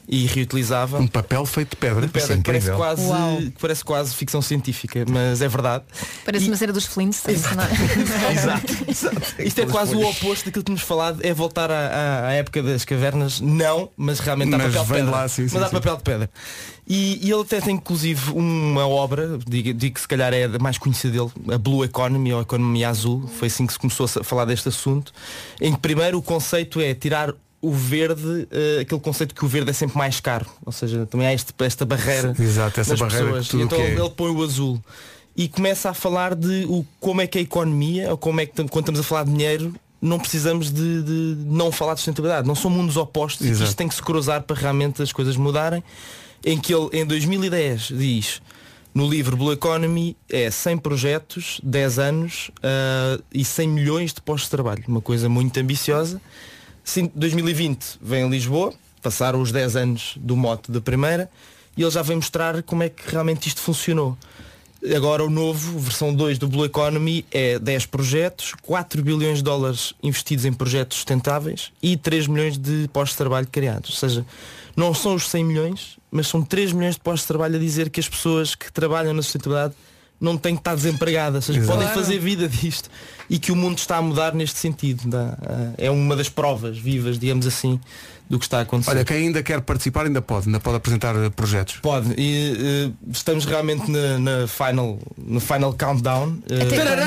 e reutilizava.
Um papel feito de pedra.
De pedra,
Sim,
que parece
incrível.
quase,
Uau.
que parece quase ficção científica, mas é verdade.
Parece
E-
uma cena dos Flintstones, não é?
Exato, exato. Isto é quase o oposto daquilo que tínhamos falado, é voltar à, à- à época das cavernas. Não, mas realmente há
Mas
papel de
vem de
pedra.
lá, sim,
mas
sim,
há
sim.
papel de pedra. E, e ele até tem inclusive uma obra, digo, digo que se calhar é a mais conhecida dele, a Blue Economy, ou a Economia Azul, foi assim que se começou a falar deste assunto, em que primeiro o conceito é tirar o verde, eh, aquele conceito que o verde é sempre mais caro. Ou seja, também há este, esta barreira
Exato, essa
nas
barreira
pessoas.
que tudo
E então
que é-
ele põe o azul. E começa a falar de o, como é que a economia, ou como é que tam- quando estamos a falar de dinheiro, não precisamos de, de não falar de sustentabilidade. Não são mundos opostos e que
Exato.
isto tem que se cruzar para realmente as coisas mudarem. Em que ele, em dois mil e dez, diz, no livro Blue Economy, é cem projetos, dez anos ah, e cem milhões de postos de trabalho. Uma coisa muito ambiciosa. Sim, dois mil e vinte vem a Lisboa, passaram os dez anos do mote da primeira, e ele já vem mostrar como é que realmente isto funcionou. Agora o novo, versão dois do Blue Economy, é dez projetos, quatro bilhões de dólares investidos em projetos sustentáveis e três milhões de postos de trabalho criados. Ou seja, não são os cem milhões, mas são três milhões de postos de trabalho, a dizer que as pessoas que trabalham na sustentabilidade não têm que estar desempregadas, ou seja,
Exato.
podem fazer vida disto, e que o mundo está a mudar neste sentido. Dá, ah, É uma das provas vivas, digamos assim, do que está a acontecer.
Olha, quem ainda quer participar ainda pode, ainda pode apresentar eh, projetos.
Pode, e eh, estamos realmente na, na final, no final countdown. eh,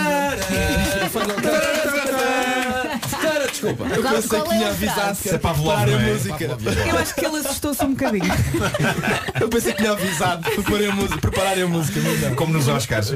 Desculpa.
Eu
Qual-
pensei
qual
que
é
tinha
a
avisado
frase?
que era para
Pavlov,
preparar a
não é?
música.
Eu acho que ele assustou-se um bocadinho.
Eu pensei que tinha avisado para preparar a música, prepararem a música, mas não.
Como nos Oscars.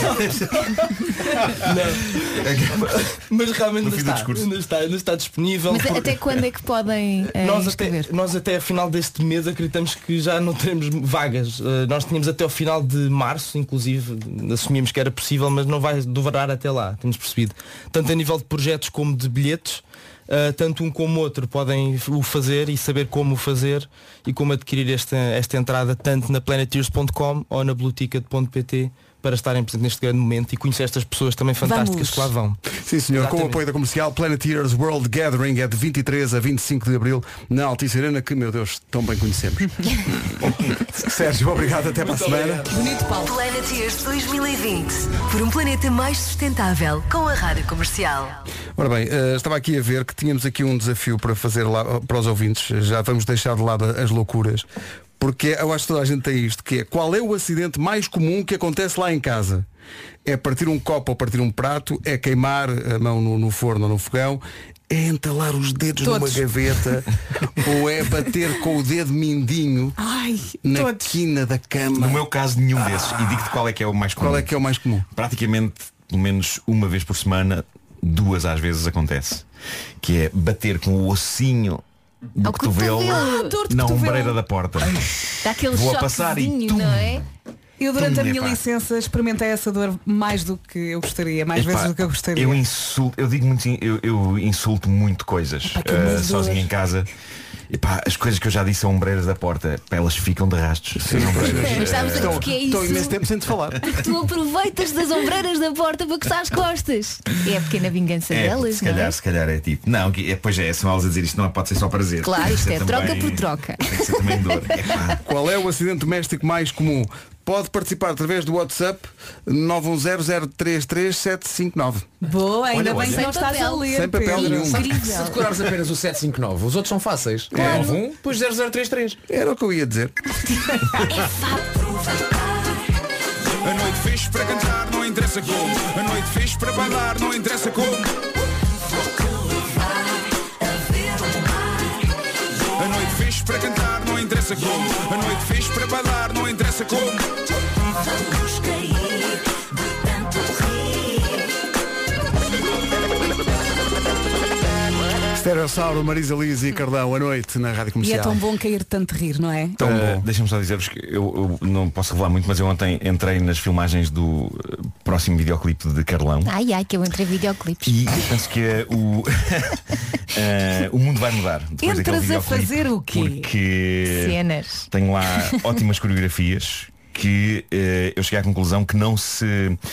Mas realmente
No
ainda
fim do
está,
discurso.
ainda está, ainda está disponível.
Mas
por-
até quando é que podem eh,
Nós
inscrever?
até, nós até a final deste mês acreditamos que já não teremos vagas. Uh, nós tínhamos até ao final de março, inclusive, assumimos que era possível, mas não vai durar até lá, temos percebido. Tanto a nível de projetos como de bilhetes, uh, tanto um como o outro podem o fazer e saber como o fazer e como adquirir esta, esta entrada tanto na planeteers ponto com ou na blue ticket ponto pt para estarem presentes neste grande momento e conhecer estas pessoas também fantásticas
Vamos.
que lá vão.
Sim, senhor, com o
Exatamente.
apoio da comercial, Planeteers World Gathering é de vinte e três a vinte e cinco de abril na Altice Arena, que, meu Deus, tão bem conhecemos. Sérgio, obrigado, até para a semana.
Bonito, Paulo.
Planeteers dois mil e vinte. Por um planeta mais sustentável com a Rádio Comercial.
Ora bem, eh, estava aqui a ver que tínhamos aqui um desafio para fazer lá para os ouvintes. Já vamos deixar de lado as loucuras. Porque eu acho que toda a gente tem isto, que é qual é o acidente mais comum que acontece lá em casa? É partir um copo ou partir um prato, é queimar a mão no, no forno ou no fogão, é entalar os dedos
Todos.
numa gaveta ou é bater com o dedo mindinho
Ai,
na
todos.
quina da cama.
No meu caso, nenhum desses. E digo-te qual é que é o mais comum.
Qual é que é o mais comum?
Praticamente, pelo menos uma vez por semana, duas às vezes acontece. Que é bater com o ossinho do
Ao
cotovelo
cotovelo.
Ah, dor de
na
cotovelo.
ombreira da porta.
Dá aquele
Vou a passar e
choquezinho,
tum.
não é?
Eu durante a
Tum,
minha
epá.
licença experimentei essa dor mais do que eu gostaria, mais
Epá,
vezes do que eu gostaria.
Eu insulto, eu digo muito, eu, eu insulto muito coisas
Epá, que
eh,
amador.
sozinho em casa. Epá, as coisas que eu já disse a ombreiras da porta, pá, elas ficam de rastos. As ombreiras,
Mas sabes
eh,
o que é
Estou
isso?
imenso tempo sem te falar.
Tu aproveitas das ombreiras da porta para coçar as costas. É a pequena vingança
é,
delas,
se
não
calhar,
é?
se calhar é tipo. Não, que- é, pois é, são elas a dizer isto não pode ser só prazer.
Claro,
Tem que
isto
ser
é troca
também-
por troca.
Tem que ser também dor. Epá,
Qual é o acidente doméstico mais comum? Pode participar através do WhatsApp nove um zero zero três três sete cinco nove.
Boa, ainda
Olha,
bem que
olha.
não estás a
Sem
ler,
Sem papel
Pedro.
nenhum.
Se
Incrível.
decorares apenas o sete cinco nove, os outros são fáceis.
Claro.
nove um, depois zero zero três três.
Era o que eu ia dizer.
A noite fixe para cantar, não interessa como. A noite fixe para bailar, não interessa como. A noite fixe para cantar, não interessa como. A noite fixe para bailar, não interessa como. Vamos cair de tanto
Stereossauro, Marisa Liz e Cardão, à noite na Rádio
E
Comercial.
é tão bom cair tanto rir, não é?
Tão
Uh,
bom.
Deixa-me só dizer-vos que eu, eu não posso revelar muito, mas eu ontem entrei nas filmagens do uh, próximo videoclipe de Carlão.
Ai, ai, que eu entrei videoclipes.
E eu penso que uh, o, uh, o mundo vai mudar depois daquele
Entras a
videoclipe,
fazer o quê?
Porque
Cenas.
tenho lá ótimas coreografias que uh, eu cheguei à conclusão que não se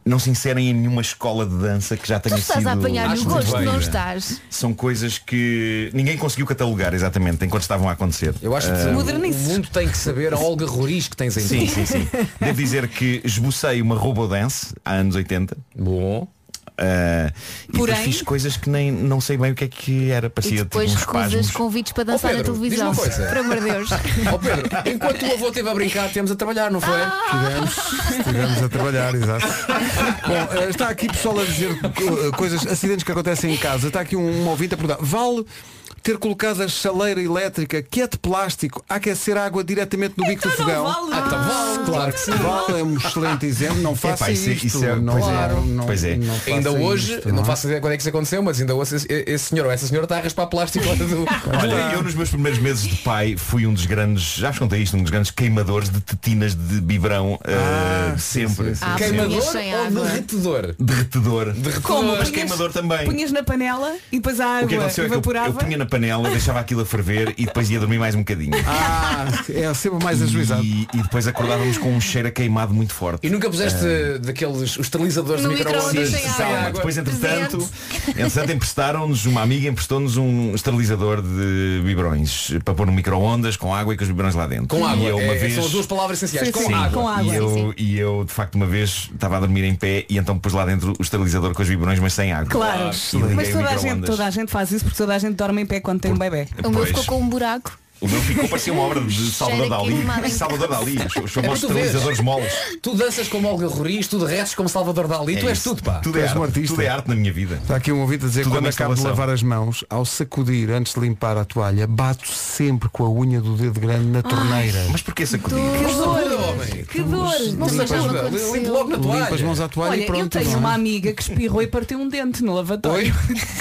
não se inserem em nenhuma escola de dança que já tenha
Tu estás
sido
a apanhar no gosto,
desenvolvida.
não estás?
São coisas que ninguém conseguiu catalogar exatamente enquanto estavam a acontecer.
Eu acho que
Ah,
o mundo tem que saber a Olga Roriz que tens em
Sim,
ti.
sim, sim. Devo dizer que esbocei uma Robodance há anos oitenta.
Bom.
Uh, e
Porém-
depois fiz coisas que nem não sei bem o que é que era.
E
Parecia
depois
tipo uns
recusas
espasmos.
convites para dançar
Ó, Pedro,
na televisão.
diz uma coisa.
Por amor de Deus.
Ó Pedro, enquanto o avô esteve a brincar, temos a trabalhar, não foi?
Tivemos, estivemos a trabalhar, exato. Bom, eh, está aqui pessoal a dizer eh, coisas, acidentes que acontecem em casa. Está aqui um, um ouvinte a perguntar, vale ter colocado a chaleira elétrica, que é de plástico, a aquecer a água diretamente no bico do fogão?
vale.
Ah, então vale, claro que sim. Vale, é um excelente exemplo. Não faça
Epá, isso é-
isto.
isso é-
não,
pois é,
não, não,
pois é.
não faça
Ainda hoje,
isto,
não,
é?
faço ideia quando é que isso aconteceu, mas ainda hoje esse, esse senhor ou essa senhora está a raspar plástico lá do...
Olha, eu nos meus primeiros meses de pai fui um dos grandes, já vos contei isto, um dos grandes queimadores de tetinas de biberão. uh, sempre.
Ah,
Queimador
punhas sem
ou
água.
derretedor?
Derretedor.
Como?
Mas
Punhas-
queimador também.
Punhas na panela e depois a
O que
água
aconteceu é que eu,
evaporava.
eu punha na panela, deixava aquilo a ferver e depois ia dormir mais um bocadinho.
Ah, é sempre mais ajuizado.
E, e depois acordávamos com um cheiro a queimado muito forte.
E nunca puseste
Ah.
daqueles os esterilizadores
No
de micro-ondas
micro-ondas sem
sem
água.
água?
Depois, entretanto, entretanto emprestaram-nos, uma amiga emprestou-nos um esterilizador de biberões para pôr no micro-ondas com água e com os biberões lá dentro.
Com água,
E eu, uma
é-
vez,
são as duas palavras essenciais.
Sim,
Com
sim,
água.
com água.
E eu,
Sim, sim.
e eu, de facto, uma vez estava a dormir em pé e então pus lá dentro o esterilizador com os biberões, mas sem água.
Claro.
E liguei
Mas
o
toda a, gente,
micro-ondas.
toda a gente faz isso porque toda a gente dorme em pé quando tem um bebê.
O meu
Pois.
ficou com um buraco.
O meu ficou, parecia uma obra de Salvador
Cheira
Dali.
queimado em
Salvador Dali, os, os
É para
famosos
tu veres.
esterilizadores moles.
Tu danças como Olga Roriz, tu derretes como Salvador Dali,
É
tu és
isso.
tudo, pá.
Tudo é,
Tu és um
arte,
artista.
tudo é arte na minha vida.
Está aqui um ouvinte a dizer que
Tudo é
quando
uma
acabo de
instalação.
lavar as mãos, ao sacudir antes de limpar a toalha, bato sempre com a unha do dedo grande na torneira.
Mas porquê sacudir?
Que dor!
homem.
Que dor!
Não
Mas
seja
já me
limpa
aconteceu.
logo na
Limpa as
toalha.
mãos à toalha
Olha,
e pronto.
eu tenho
não é?
uma amiga que espirrou e partiu um dente no lavatório.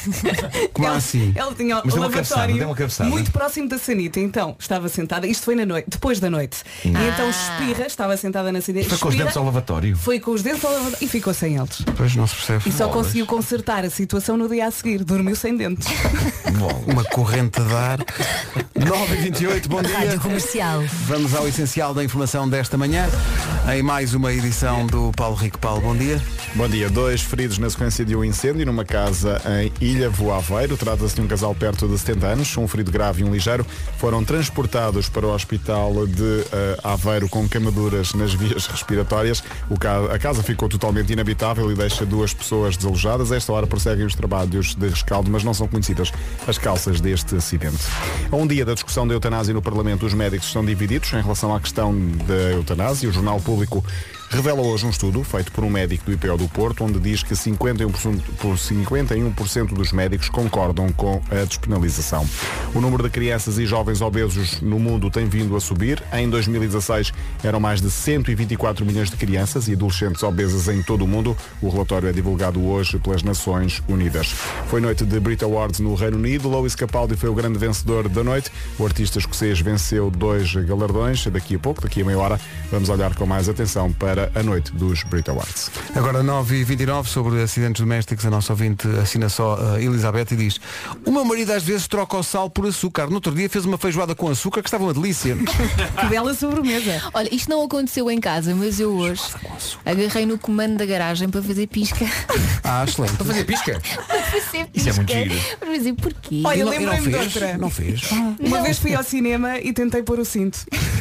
Como
ela,
assim?
ela tinha
Mas
o
deu uma cabeçada,
lavatório
deu uma cabeçada.
muito próximo da sanita. Então, estava sentada, isto foi na noite, depois da noite. E então espirra, estava sentada na sanita.
Foi com os
espirra,
dentes ao lavatório.
Foi com os dentes ao lavatório e ficou sem eles.
Pois não se percebe.
E só conseguiu consertar a situação no dia a seguir. Dormiu sem dentes.
Uma corrente de ar. nove e vinte e oito, bom dia.
Rádio Comercial.
Vamos ao essencial da informação desta manhã. Em mais uma edição do Paulo Rico. Paulo, bom dia.
Bom dia. Dois feridos na sequência de um incêndio numa casa em Ilha Voaveiro. Trata-se de um casal perto de setenta anos. Um ferido grave e um ligeiro foram transportados para o hospital de uh, Aveiro com queimaduras nas vias respiratórias. O ca... A casa ficou totalmente inabitável e deixa duas pessoas desalojadas. A esta hora prosseguem os trabalhos de rescaldo, mas não são conhecidas as causas deste acidente. A um dia da discussão da eutanásia no Parlamento, os médicos estão divididos em relação à questão da eutanásia. O Jornal Público revela hoje um estudo feito por um médico do I P O do Porto, onde diz que cinquenta e um por cento, por cinquenta e um por cento dos médicos concordam com a despenalização. O número de crianças e jovens obesos no mundo tem vindo a subir. Em dois mil e dezasseis eram mais de cento e vinte e quatro milhões de crianças e adolescentes obesas em todo o mundo. O relatório é divulgado hoje pelas Nações Unidas. Foi noite de Brit Awards no Reino Unido. Lewis Capaldi foi o grande vencedor da noite. O artista escocês venceu dois galardões. Daqui a pouco, daqui a meia hora, vamos olhar com mais atenção para a noite dos Brit Awards.
Agora nove e vinte e nove, sobre acidentes domésticos. A nossa ouvinte assina só a Elizabeth e diz: o meu marido às vezes troca o sal por açúcar. No outro dia fez uma feijoada com açúcar que estava uma delícia.
Que bela sobremesa.
Olha, isto não aconteceu em casa, mas eu hoje agarrei no comando da garagem para fazer pisca.
Ah, excelente.
Para fazer pisca?
Para fazer pisca.
Isso é muito giro.
Para fazer porquê?
Olha,
E não- e não
lembrei-me de
fez?
outra.
Não fez.
Uma vez fui ao cinema e tentei pôr o cinto.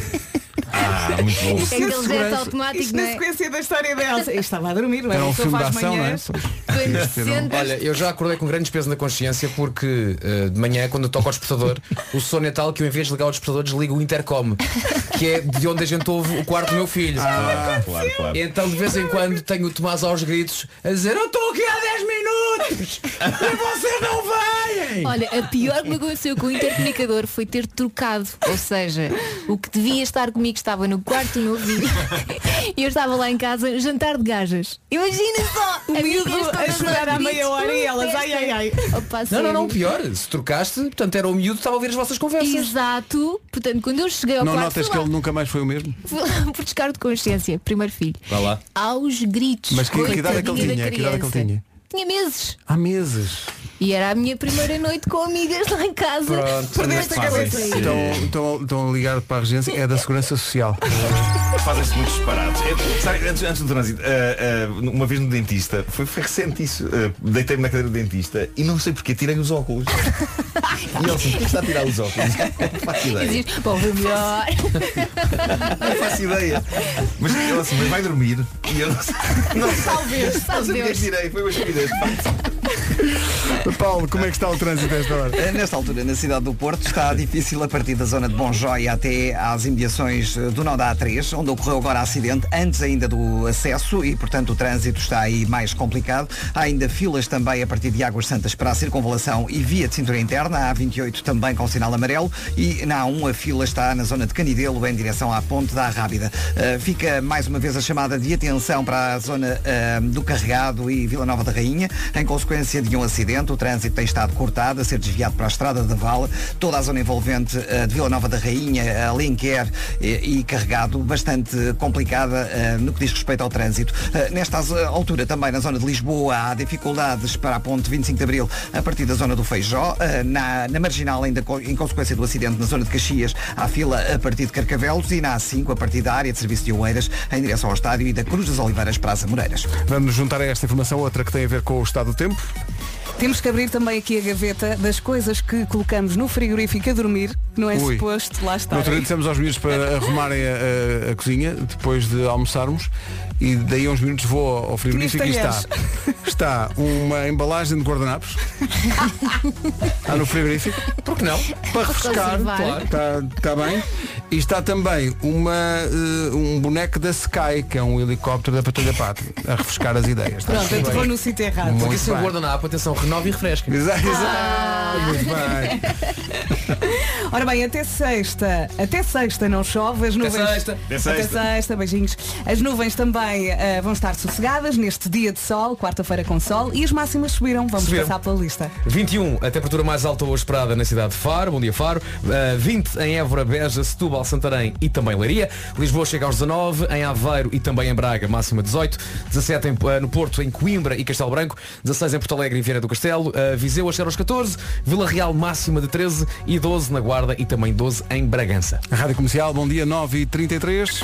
Ah, muito bom.
É aquele gesto automático,
Isto
não
na
é?
sequência da história da Elsa. Eu estava a dormir, não é?
Era um
Uma pessoa
filme de
faz
ação, não é?
manhãs.
Quando te sentas-
Olha, eu já acordei com grande peso na consciência porque eh, de manhã, quando eu toco ao despertador, o sono é tal que eu, em vez de ligar o despertador, desligo o intercom, que é de onde a gente ouve o quarto do meu filho.
Ah, claro, claro.
E então de vez em quando tenho o Tomás aos gritos a dizer: eu estou aqui há dez minutos e vocês não vêm!
Olha, a pior que me aconteceu com o intercomunicador foi ter trocado. Ou seja, o que devia estar comigo estava no quarto do meu filho. E eu estava lá em casa, jantar de gajas. Imagina só!
O miúdo
amigas todas
a chorar
aos
à meia
gritos,
hora e elas, ai, ai, ai.
Opa,
Não,
sério.
não, não, pior, se trocaste, portanto era o miúdo que estava a ouvir as vossas conversas.
Exato. Portanto, quando eu cheguei ao
Não
quarto,
notas
fui
que
lá,
ele nunca mais foi o mesmo?
fui lá por descargo de consciência, primeiro filho.
Vá lá.
Aos gritos.
Mas que, que idade é que ele
Coitadinha
tinha?
da
Que idade é que ele
criança.
tinha?
Tinha meses.
Há meses.
E era a minha primeira noite com amigas lá em casa.
Pronto,
Perdeste a cabeça aí.
Estão, estão, estão a ligar para a regência, é da Segurança Social.
Fazem-se muitos disparates. É, sabe, antes, antes do trânsito, uh, uh, uma vez no dentista, foi, foi recente isso, uh, deitei-me na cadeira do dentista e não sei porque tirei os óculos. E ele assim, por que está a tirar os óculos? Não faço ideia.
Bom, foi melhor.
Não faço ideia. Mas ele assim, mas vai dormir. E eu não sei. Não sei.
Talvez,
não sei porque tirei, foi uma estupidez.
Paulo, como é que está o trânsito a esta hora?
Nesta altura, na cidade do Porto, está difícil a partir da zona de Bonjóia até às imediações do nó da A três, onde ocorreu agora acidente, antes ainda do acesso e, portanto, o trânsito está aí mais complicado. Há ainda filas também a partir de Águas Santas para a circunvalação e via de cintura interna, a A vinte e oito também com sinal amarelo e na A um a fila está na zona de Canidelo em direção à ponte da Arrábida. Uh, fica mais uma vez a chamada de atenção para a zona uh, do Carregado e Vila Nova da Rainha, em consequência de um acidente. O trânsito tem estado cortado, a ser desviado para a Estrada da Vala, toda a zona envolvente uh, de Vila Nova da Rainha, Alenquer e, e Carregado, bastante complicada uh, no que diz respeito ao trânsito. Uh, nesta altura também na zona de Lisboa há dificuldades para a ponte vinte e cinco de Abril a partir da zona do Feijó. Uh, na, na Marginal, ainda co em consequência do acidente na zona de Caxias, há fila a partir de Carcavelos e na A cinco a partir da área de serviço de Oeiras em direção ao estádio e da Cruz das Oliveiras para as Amoreiras.
Vamos juntar a esta informação outra que tem a ver com o estado do tempo.
Temos que abrir também aqui a gaveta das coisas que colocamos no frigorífico a dormir, não é
Ui.
suposto lá estar.
No outro dia dissemos aos miúdos para arrumarem a, a, a cozinha depois de almoçarmos e daí a uns minutos vou ao frigorífico e está, está uma embalagem de guardanapos. Está no frigorífico.
Por que não?
Para refrescar, claro. Está, está bem. E está também uma, uh, um boneco da Sky, que é um helicóptero da Patrulha Pátria, a refrescar as ideias. Está
Pronto, eu vou no sítio errado.
Porque se o guardanapo, atenção, renova e refresca.
Exato, exato.
Ah.
Muito bem.
Ora bem, até sexta, até sexta não chove, as nuvens.
Até sexta.
Até
sexta.
Até sexta, beijinhos. As nuvens também uh, vão estar sossegadas neste dia de sol, quarta-feira com sol, e as máximas subiram. Vamos
Subiram.
passar pela lista.
vinte e um, a temperatura mais alta hoje esperada na cidade de Faro. Bom dia, Faro. Uh, vinte em Évora, Beja, Setúbal, Santarém e também Leiria. Lisboa chega aos dezanove, em Aveiro e também em Braga, máxima dezoito. dezassete em, uh, no Porto, em Coimbra e Castelo Branco. dezasseis em Porto Alegre e Viana do Castelo. Uh, Viseu a chegar aos catorze. Vila Real, máxima de treze. E doze na Guarda e também doze em Bragança.
Rádio Comercial, bom dia, nove e trinta e três.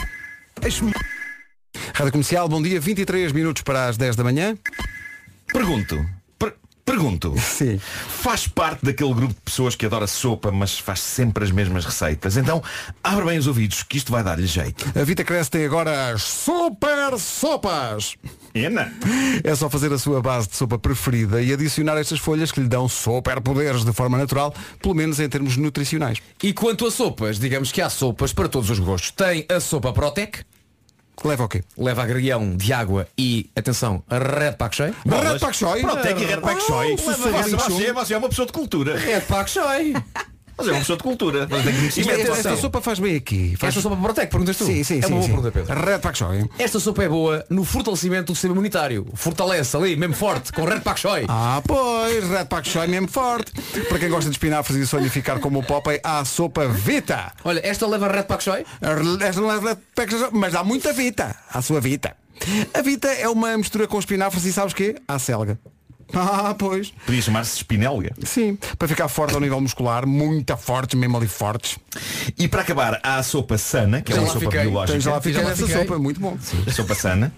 Rádio Comercial, bom dia, vinte e três minutos para as dez da manhã.
Pergunto. Per pergunto.
Sim.
Faz parte daquele grupo de pessoas que adora sopa, mas faz sempre as mesmas receitas. Então, abre bem os ouvidos, que isto vai dar-lhe jeito.
A Vita Cresce tem agora as super sopas.
Ena.
É só fazer a sua base de sopa preferida e adicionar estas folhas que lhe dão super poderes de forma natural, pelo menos em termos nutricionais.
E quanto a sopas, digamos que há sopas para todos os gostos. Tem a sopa Protec.
Leva o quê?
Leva agrião de água e, atenção, Red Pak Choi.
Red Pak Choi?
Protec e Red Pak Choi.
Oh,
você, você, você é uma pessoa de cultura.
Red Pak Choi.
Mas é uma pessoa de cultura. Mas tem conhecimento.
Esta, esta sopa faz bem aqui. Faz...
Esta sopa Protec, perguntas tu?
Sim, sim,
é
sim.
uma boa
sim.
pergunta, Pedro.
Red Pak Choi.
Esta sopa é boa no fortalecimento do sistema imunitário. Fortalece ali, mesmo forte, com Red Pak Choi.
Ah, pois, Red Pak Choi mesmo forte. Para quem gosta de espinafres e sonha ficar como o Popeye, há a sopa Vita.
Olha, esta leva Red Pak Choi?
Esta não leva Red Pak Choi, mas há muita Vita. Há a sua Vita. A Vita é uma mistura com espinafres e sabes quê? Há selga. Ah, pois.
Podia chamar-se espinélga.
Sim, para ficar forte ao nível muscular, muito fortes, mesmo ali fortes.
E para acabar, há a sopa sana, que é
Já
uma
lá
sopa
fiquei.
biológica.
Já lá fiquei
Já lá
nessa
fiquei.
sopa, muito bom.
Sim, a sopa sana.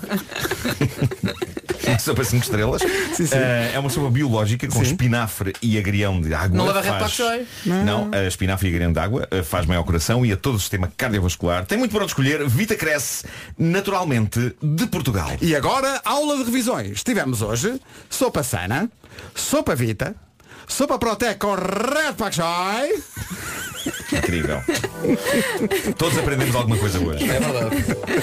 Sopa cinco estrelas.
Sim, sim.
Uh, é uma sopa biológica com
Sim.
espinafre e agrião de água.
Não leva Red
Faz-
Pak Choi?
Não, a espinafre e agrião de água uh, faz bem ao coração e a todo o sistema cardiovascular. Tem muito para onde escolher. Vita Cresce, naturalmente, de Portugal.
E agora, aula de revisões. Tivemos hoje sopa sana, sopa Vita, sopa Protec com Red Pak Choi.
Incrível. Todos aprendemos alguma coisa hoje.
É verdade.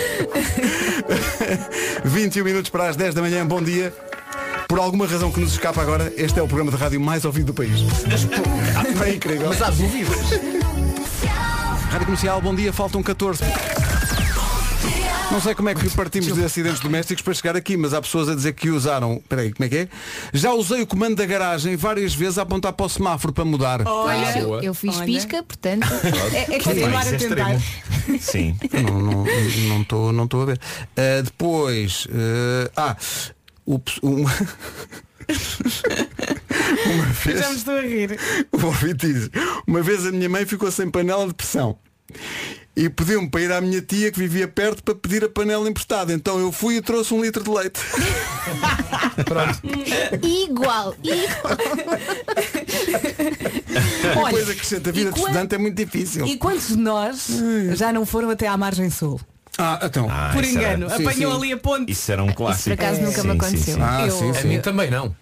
vinte e um minutos para as dez da manhã, bom dia. Por alguma razão que nos escapa agora, este é o programa de rádio mais ouvido do país. É incrível.
Mas há dúvidas.
Rádio Comercial, bom dia, faltam catorze. Não sei como é que partimos de acidentes domésticos para chegar aqui, mas há pessoas a dizer que usaram. Peraí, como é que é? Já usei o comando da garagem várias vezes a apontar para o semáforo para mudar.
Olha,
boa.
eu fiz
Olha.
pisca, portanto.
É, é
Bem,
continuar
isso
a
é
tentar.
extremo. Sim.
Não não não estou não estou a ver. Ah, depois, ah, ah, o, pe- um- Uma vez,
Já me estou a rir.
o ouvinte diz, uma vez a minha mãe ficou sem panela de pressão e pediu-me para ir à minha tia que vivia perto para pedir a panela emprestada. Então eu fui e trouxe um litro de leite.
Pronto.
Igual, igual.
Olha,
Depois acrescenta, a vida
e
de
quan-
estudante é muito difícil.
E quantos de nós já não foram até à margem sul?
Ah, então.
Ah,
Por
isso era-
engano,
sim,
apanhou
sim.
ali a ponte.
Isso era um clássico.
por acaso nunca me
Sim,
aconteceu.
sim, sim.
Ah,
Eu-
sim,
A
sim.
mim também não.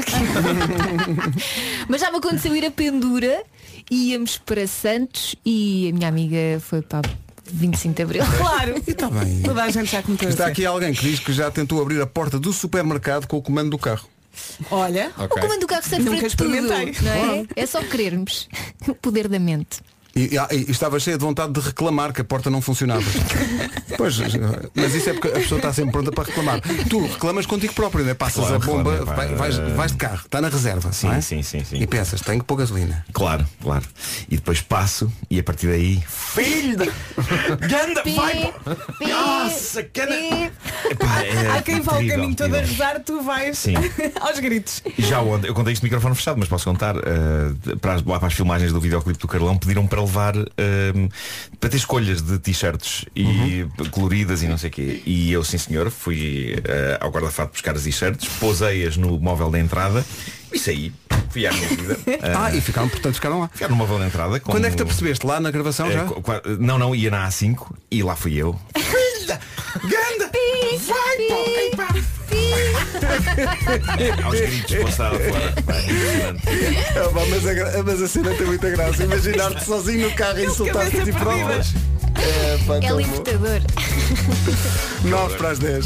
Mas já me aconteceu ir a Pendura, íamos para Santos e a minha amiga foi para vinte e cinco de Abril.
Claro.
E está bem.
Toda a gente já cometeu
Está
assim.
aqui alguém que diz que já tentou abrir a porta do supermercado com o comando do carro.
Olha,
O comando do carro serve
Nunca
para tudo,
experimentei.
não é? É só querermos. O poder da mente.
E, e- e estava cheia de vontade de reclamar que a porta não funcionava. Pois, mas isso é porque a pessoa está sempre pronta para reclamar. Tu reclamas contigo próprio, né? Passas
Claro,
a bomba,
reclamo,
vai-
pá,
vais,
eh,
vais de carro, está na reserva,
Sim,
não é?
sim, sim, sim.
E pensas, tenho que pôr gasolina.
Claro, claro. E depois passo e a partir daí. Filho da. Ganda, vai!
Pi,
Nossa, cana.
pi.
Epá, é
há quem vá o
terrível,
caminho todo a
terrível.
rezar, tu vais
Sim.
aos gritos.
E já ontem, eu contei isto de microfone fechado, mas posso contar, eh, para, as, lá para as filmagens do videoclipe do Carlão, pediram para levar, eh, para ter escolhas de t-shirts e coloridas e não sei o quê. E eu, sim senhor, fui eh, ao guarda-fato buscar as t-shirts, posei-as no móvel da entrada e saí. Fui à minha vida.
Ah,
Eh,
e ficaram, portanto, ficaram lá.
Ficaram no móvel da entrada. como-
Quando é que te apercebeste? Lá na gravação
eh,
já?
qu- qua- não, não, ia na A cinco e lá fui eu. Filha! Ganda! Vai, pá! Aos gritos pela estrada fora. Pá, impressionante.
É, pá, mas, a, gra- mas a cena tem muita graça. Imaginar-te sozinho no carro a insultar-te
cabeça
e provas. É, pá,
É
tão bom.
libertador.
nove para as dez.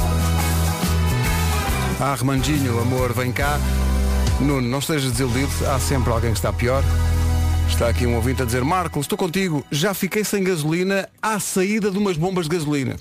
Ah, Armandinho, amor, vem cá. Nuno, não estejas desiludido, há sempre alguém que está pior. Está aqui um ouvinte a dizer, Marco, estou contigo, já fiquei sem gasolina à saída de umas bombas de gasolina.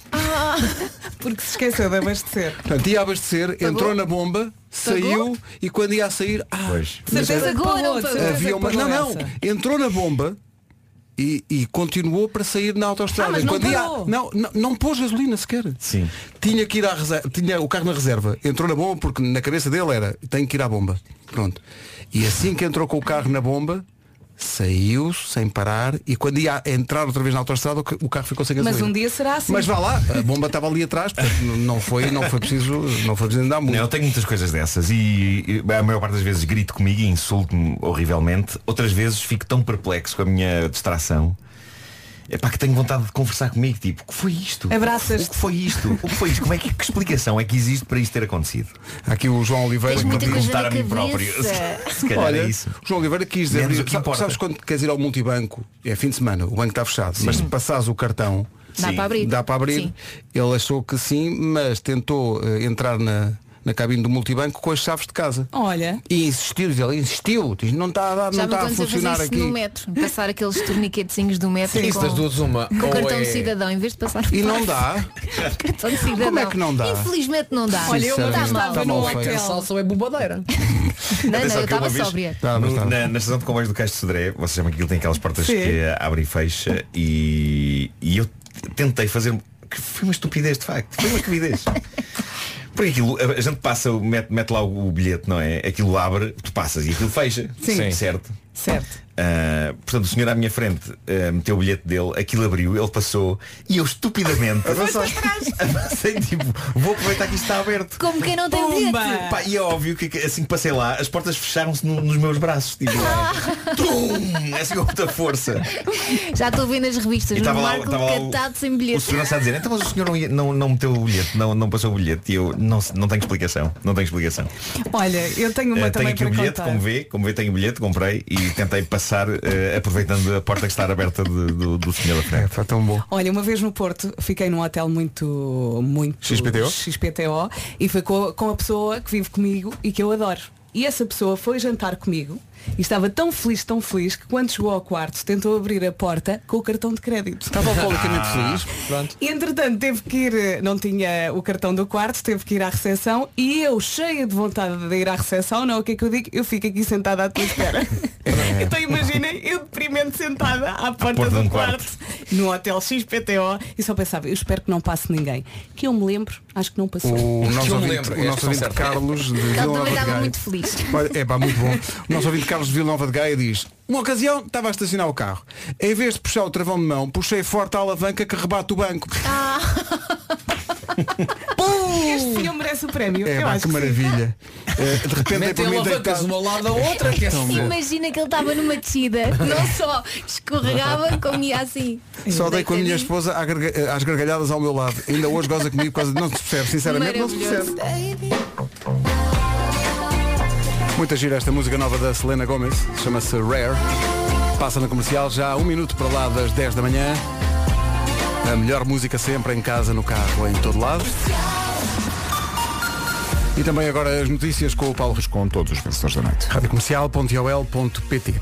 Porque se esqueceu de abastecer.
Portanto, ia abastecer, entrou na bomba, saiu e quando ia a sair, ah,
Pois.
Certeza que
Pagou,
pagou,
não
de
pagou?
certeza
havia
que
uma.
pagou
Não, não,
essa.
entrou na bomba e, e continuou para sair na autoestrada.
Ah, mas não
Quando ia-
parou.
não, não, não pôs gasolina sequer.
Sim.
Tinha que ir à reserva, tinha o carro na reserva, entrou na bomba porque na cabeça dele era, tenho que ir à bomba. Pronto. E assim que entrou com o carro na bomba, saiu sem parar e quando ia entrar outra vez na autoestrada o ca- o carro ficou sem gasolina.
Mas um dia será assim.
Mas vá lá, a bomba estava ali atrás, portanto, n- não foi, não foi preciso, não foi preciso andar muito.
Não, eu tenho muitas coisas dessas e, e a maior parte das vezes grito comigo e insulto-me horrivelmente. Outras vezes fico tão perplexo com a minha distração. É pá, que tenho vontade de conversar comigo, tipo, o que foi isto?
Abraças-te.
O que foi isto? O que foi isto? Como é que, que explicação é que existe para isto ter acontecido?
Há aqui o João Oliveira
Tens
que
muita
diz-
coisa
Contar
na
a mim próprio.
cabeça.
Se calhar
Olha,
é isso.
o João Oliveira quis dizer,
Menos o que
sabe-
importa.
sabes quando queres ir ao multibanco, é fim de semana, o banco está fechado, mas se passares o cartão,
Dá
Sim.
para abrir.
dá para abrir.
Sim.
Ele achou que sim, mas tentou eh, entrar na, na cabine do multibanco com as chaves de casa.
Olha,
E insistiu, diz ele, insistiu, diz, não está a dar, não
Já me
está a
aconteceu
funcionar
fazer isso
aqui.
no metro. Passar aqueles torniquetezinhos do metro
Isso
com,
das duas uma.
com
Ou
cartão
é-
de cidadão, em vez de passar
E
o
não
passe.
dá.
Cartão de cidadão.
Como é que não dá?
Infelizmente não dá.
Olha, eu
está
Sinceramente,
mal.
está
estava
mal
no
feito.
hotel.
A salsa é bobadeira.
Não, não,
Atenção
eu
que uma
estava
vez,
sóbria.
Tá, mas
no-
tá.
na, na estação de comboios do Cais de Sodré, vocês sabem que aquilo tem aquelas portas
Sim.
que abre e fecha e, e eu tentei fazer que foi uma estupidez de facto, foi uma estupidez. Porque aquilo, a a gente passa, o- mete, mete lá o, o bilhete, não é? Aquilo abre, tu passas e aquilo fecha.
Sim.
Certo?
certo.
Ah, portanto, o senhor à minha frente ah, meteu o bilhete dele, aquilo abriu, ele passou e eu estupidamente avancei tipo, vou aproveitar que isto está aberto.
Como quem não tem
Pumba!
bilhete.
Pá, e é óbvio que assim que passei lá, as portas fecharam-se no- nos meus braços. Tipo, tum, assim com muita força.
Já estou vendo as revistas.
E
No
estava lá,
Marco
estava lá o-
catado sem
O
bilhete.
segurança a dizer, então mas o senhor não, ia- não, não meteu o bilhete, não, não passou o bilhete. E eu não, se- não tenho explicação, não tenho explicação.
Olha, eu tenho uma
Eh,
também
tenho aqui
para
o bilhete,
contar.
como vê, como vê, tenho o bilhete, comprei e tentei passar eh, aproveitando a porta que está aberta de- do, do senhor da frente.
Está tão bom.
Olha, uma vez no Porto fiquei num hotel muito, muito
X P T O?
X P T O e foi com, com a pessoa que vive comigo e que eu adoro. E essa pessoa foi jantar comigo e estava tão feliz, tão feliz que quando chegou ao quarto tentou abrir a porta com o cartão de crédito.
Estava alcoolicamente feliz.
Pronto.
E entretanto teve que ir, não tinha o cartão do quarto, teve que ir à recepção e eu, cheia de vontade de ir à recepção, não, o que é que eu digo? Eu fico aqui sentada à tua espera.
É.
Então imaginem, eu deprimente sentada à porta,
porta
do
de um
quarto,
quarto.
no hotel X P T O, e só pensava, eu espero que não passe ninguém. Que eu me lembro, acho que não passou.
O nosso
eu me
ouvinte,
lembro,
o
é a
nosso
expressão
ouvinte
certa.
Carlos de
Ele
Vila
também
Nova de
estava
Gaia.
muito feliz.
Olha, é pá, muito bom. O nosso ouvinte Carlos de Vila Nova de Gaia diz: uma ocasião estava a estacionar o carro. Em vez de puxar o travão de mão, puxei forte a alavanca que rebate o banco.
Ah.
Este senhor merece o prémio.
É
eu
pá,
acho
que
que
maravilha. Eh, de repente é
Metem
para mim
alavancas
deitado.
uma ao lado da outra, que é
Então,
assim.
Imagina que ele estava numa descida, não só escorregava, como ia assim.
Só dei com a minha esposa à garga- às gargalhadas ao meu lado. Ainda hoje goza comigo por causa de não se percebe, sinceramente não se percebe. Muita gira esta música nova da Selena Gomez, chama-se Rare. Passa na comercial já há um minuto para lá das dez da manhã. A melhor música sempre, em casa, no carro, em todo lado. E também agora as notícias com o Paulo Risco.
Com todos os vencedores da noite.
rádio comercial ponto i o l ponto p t.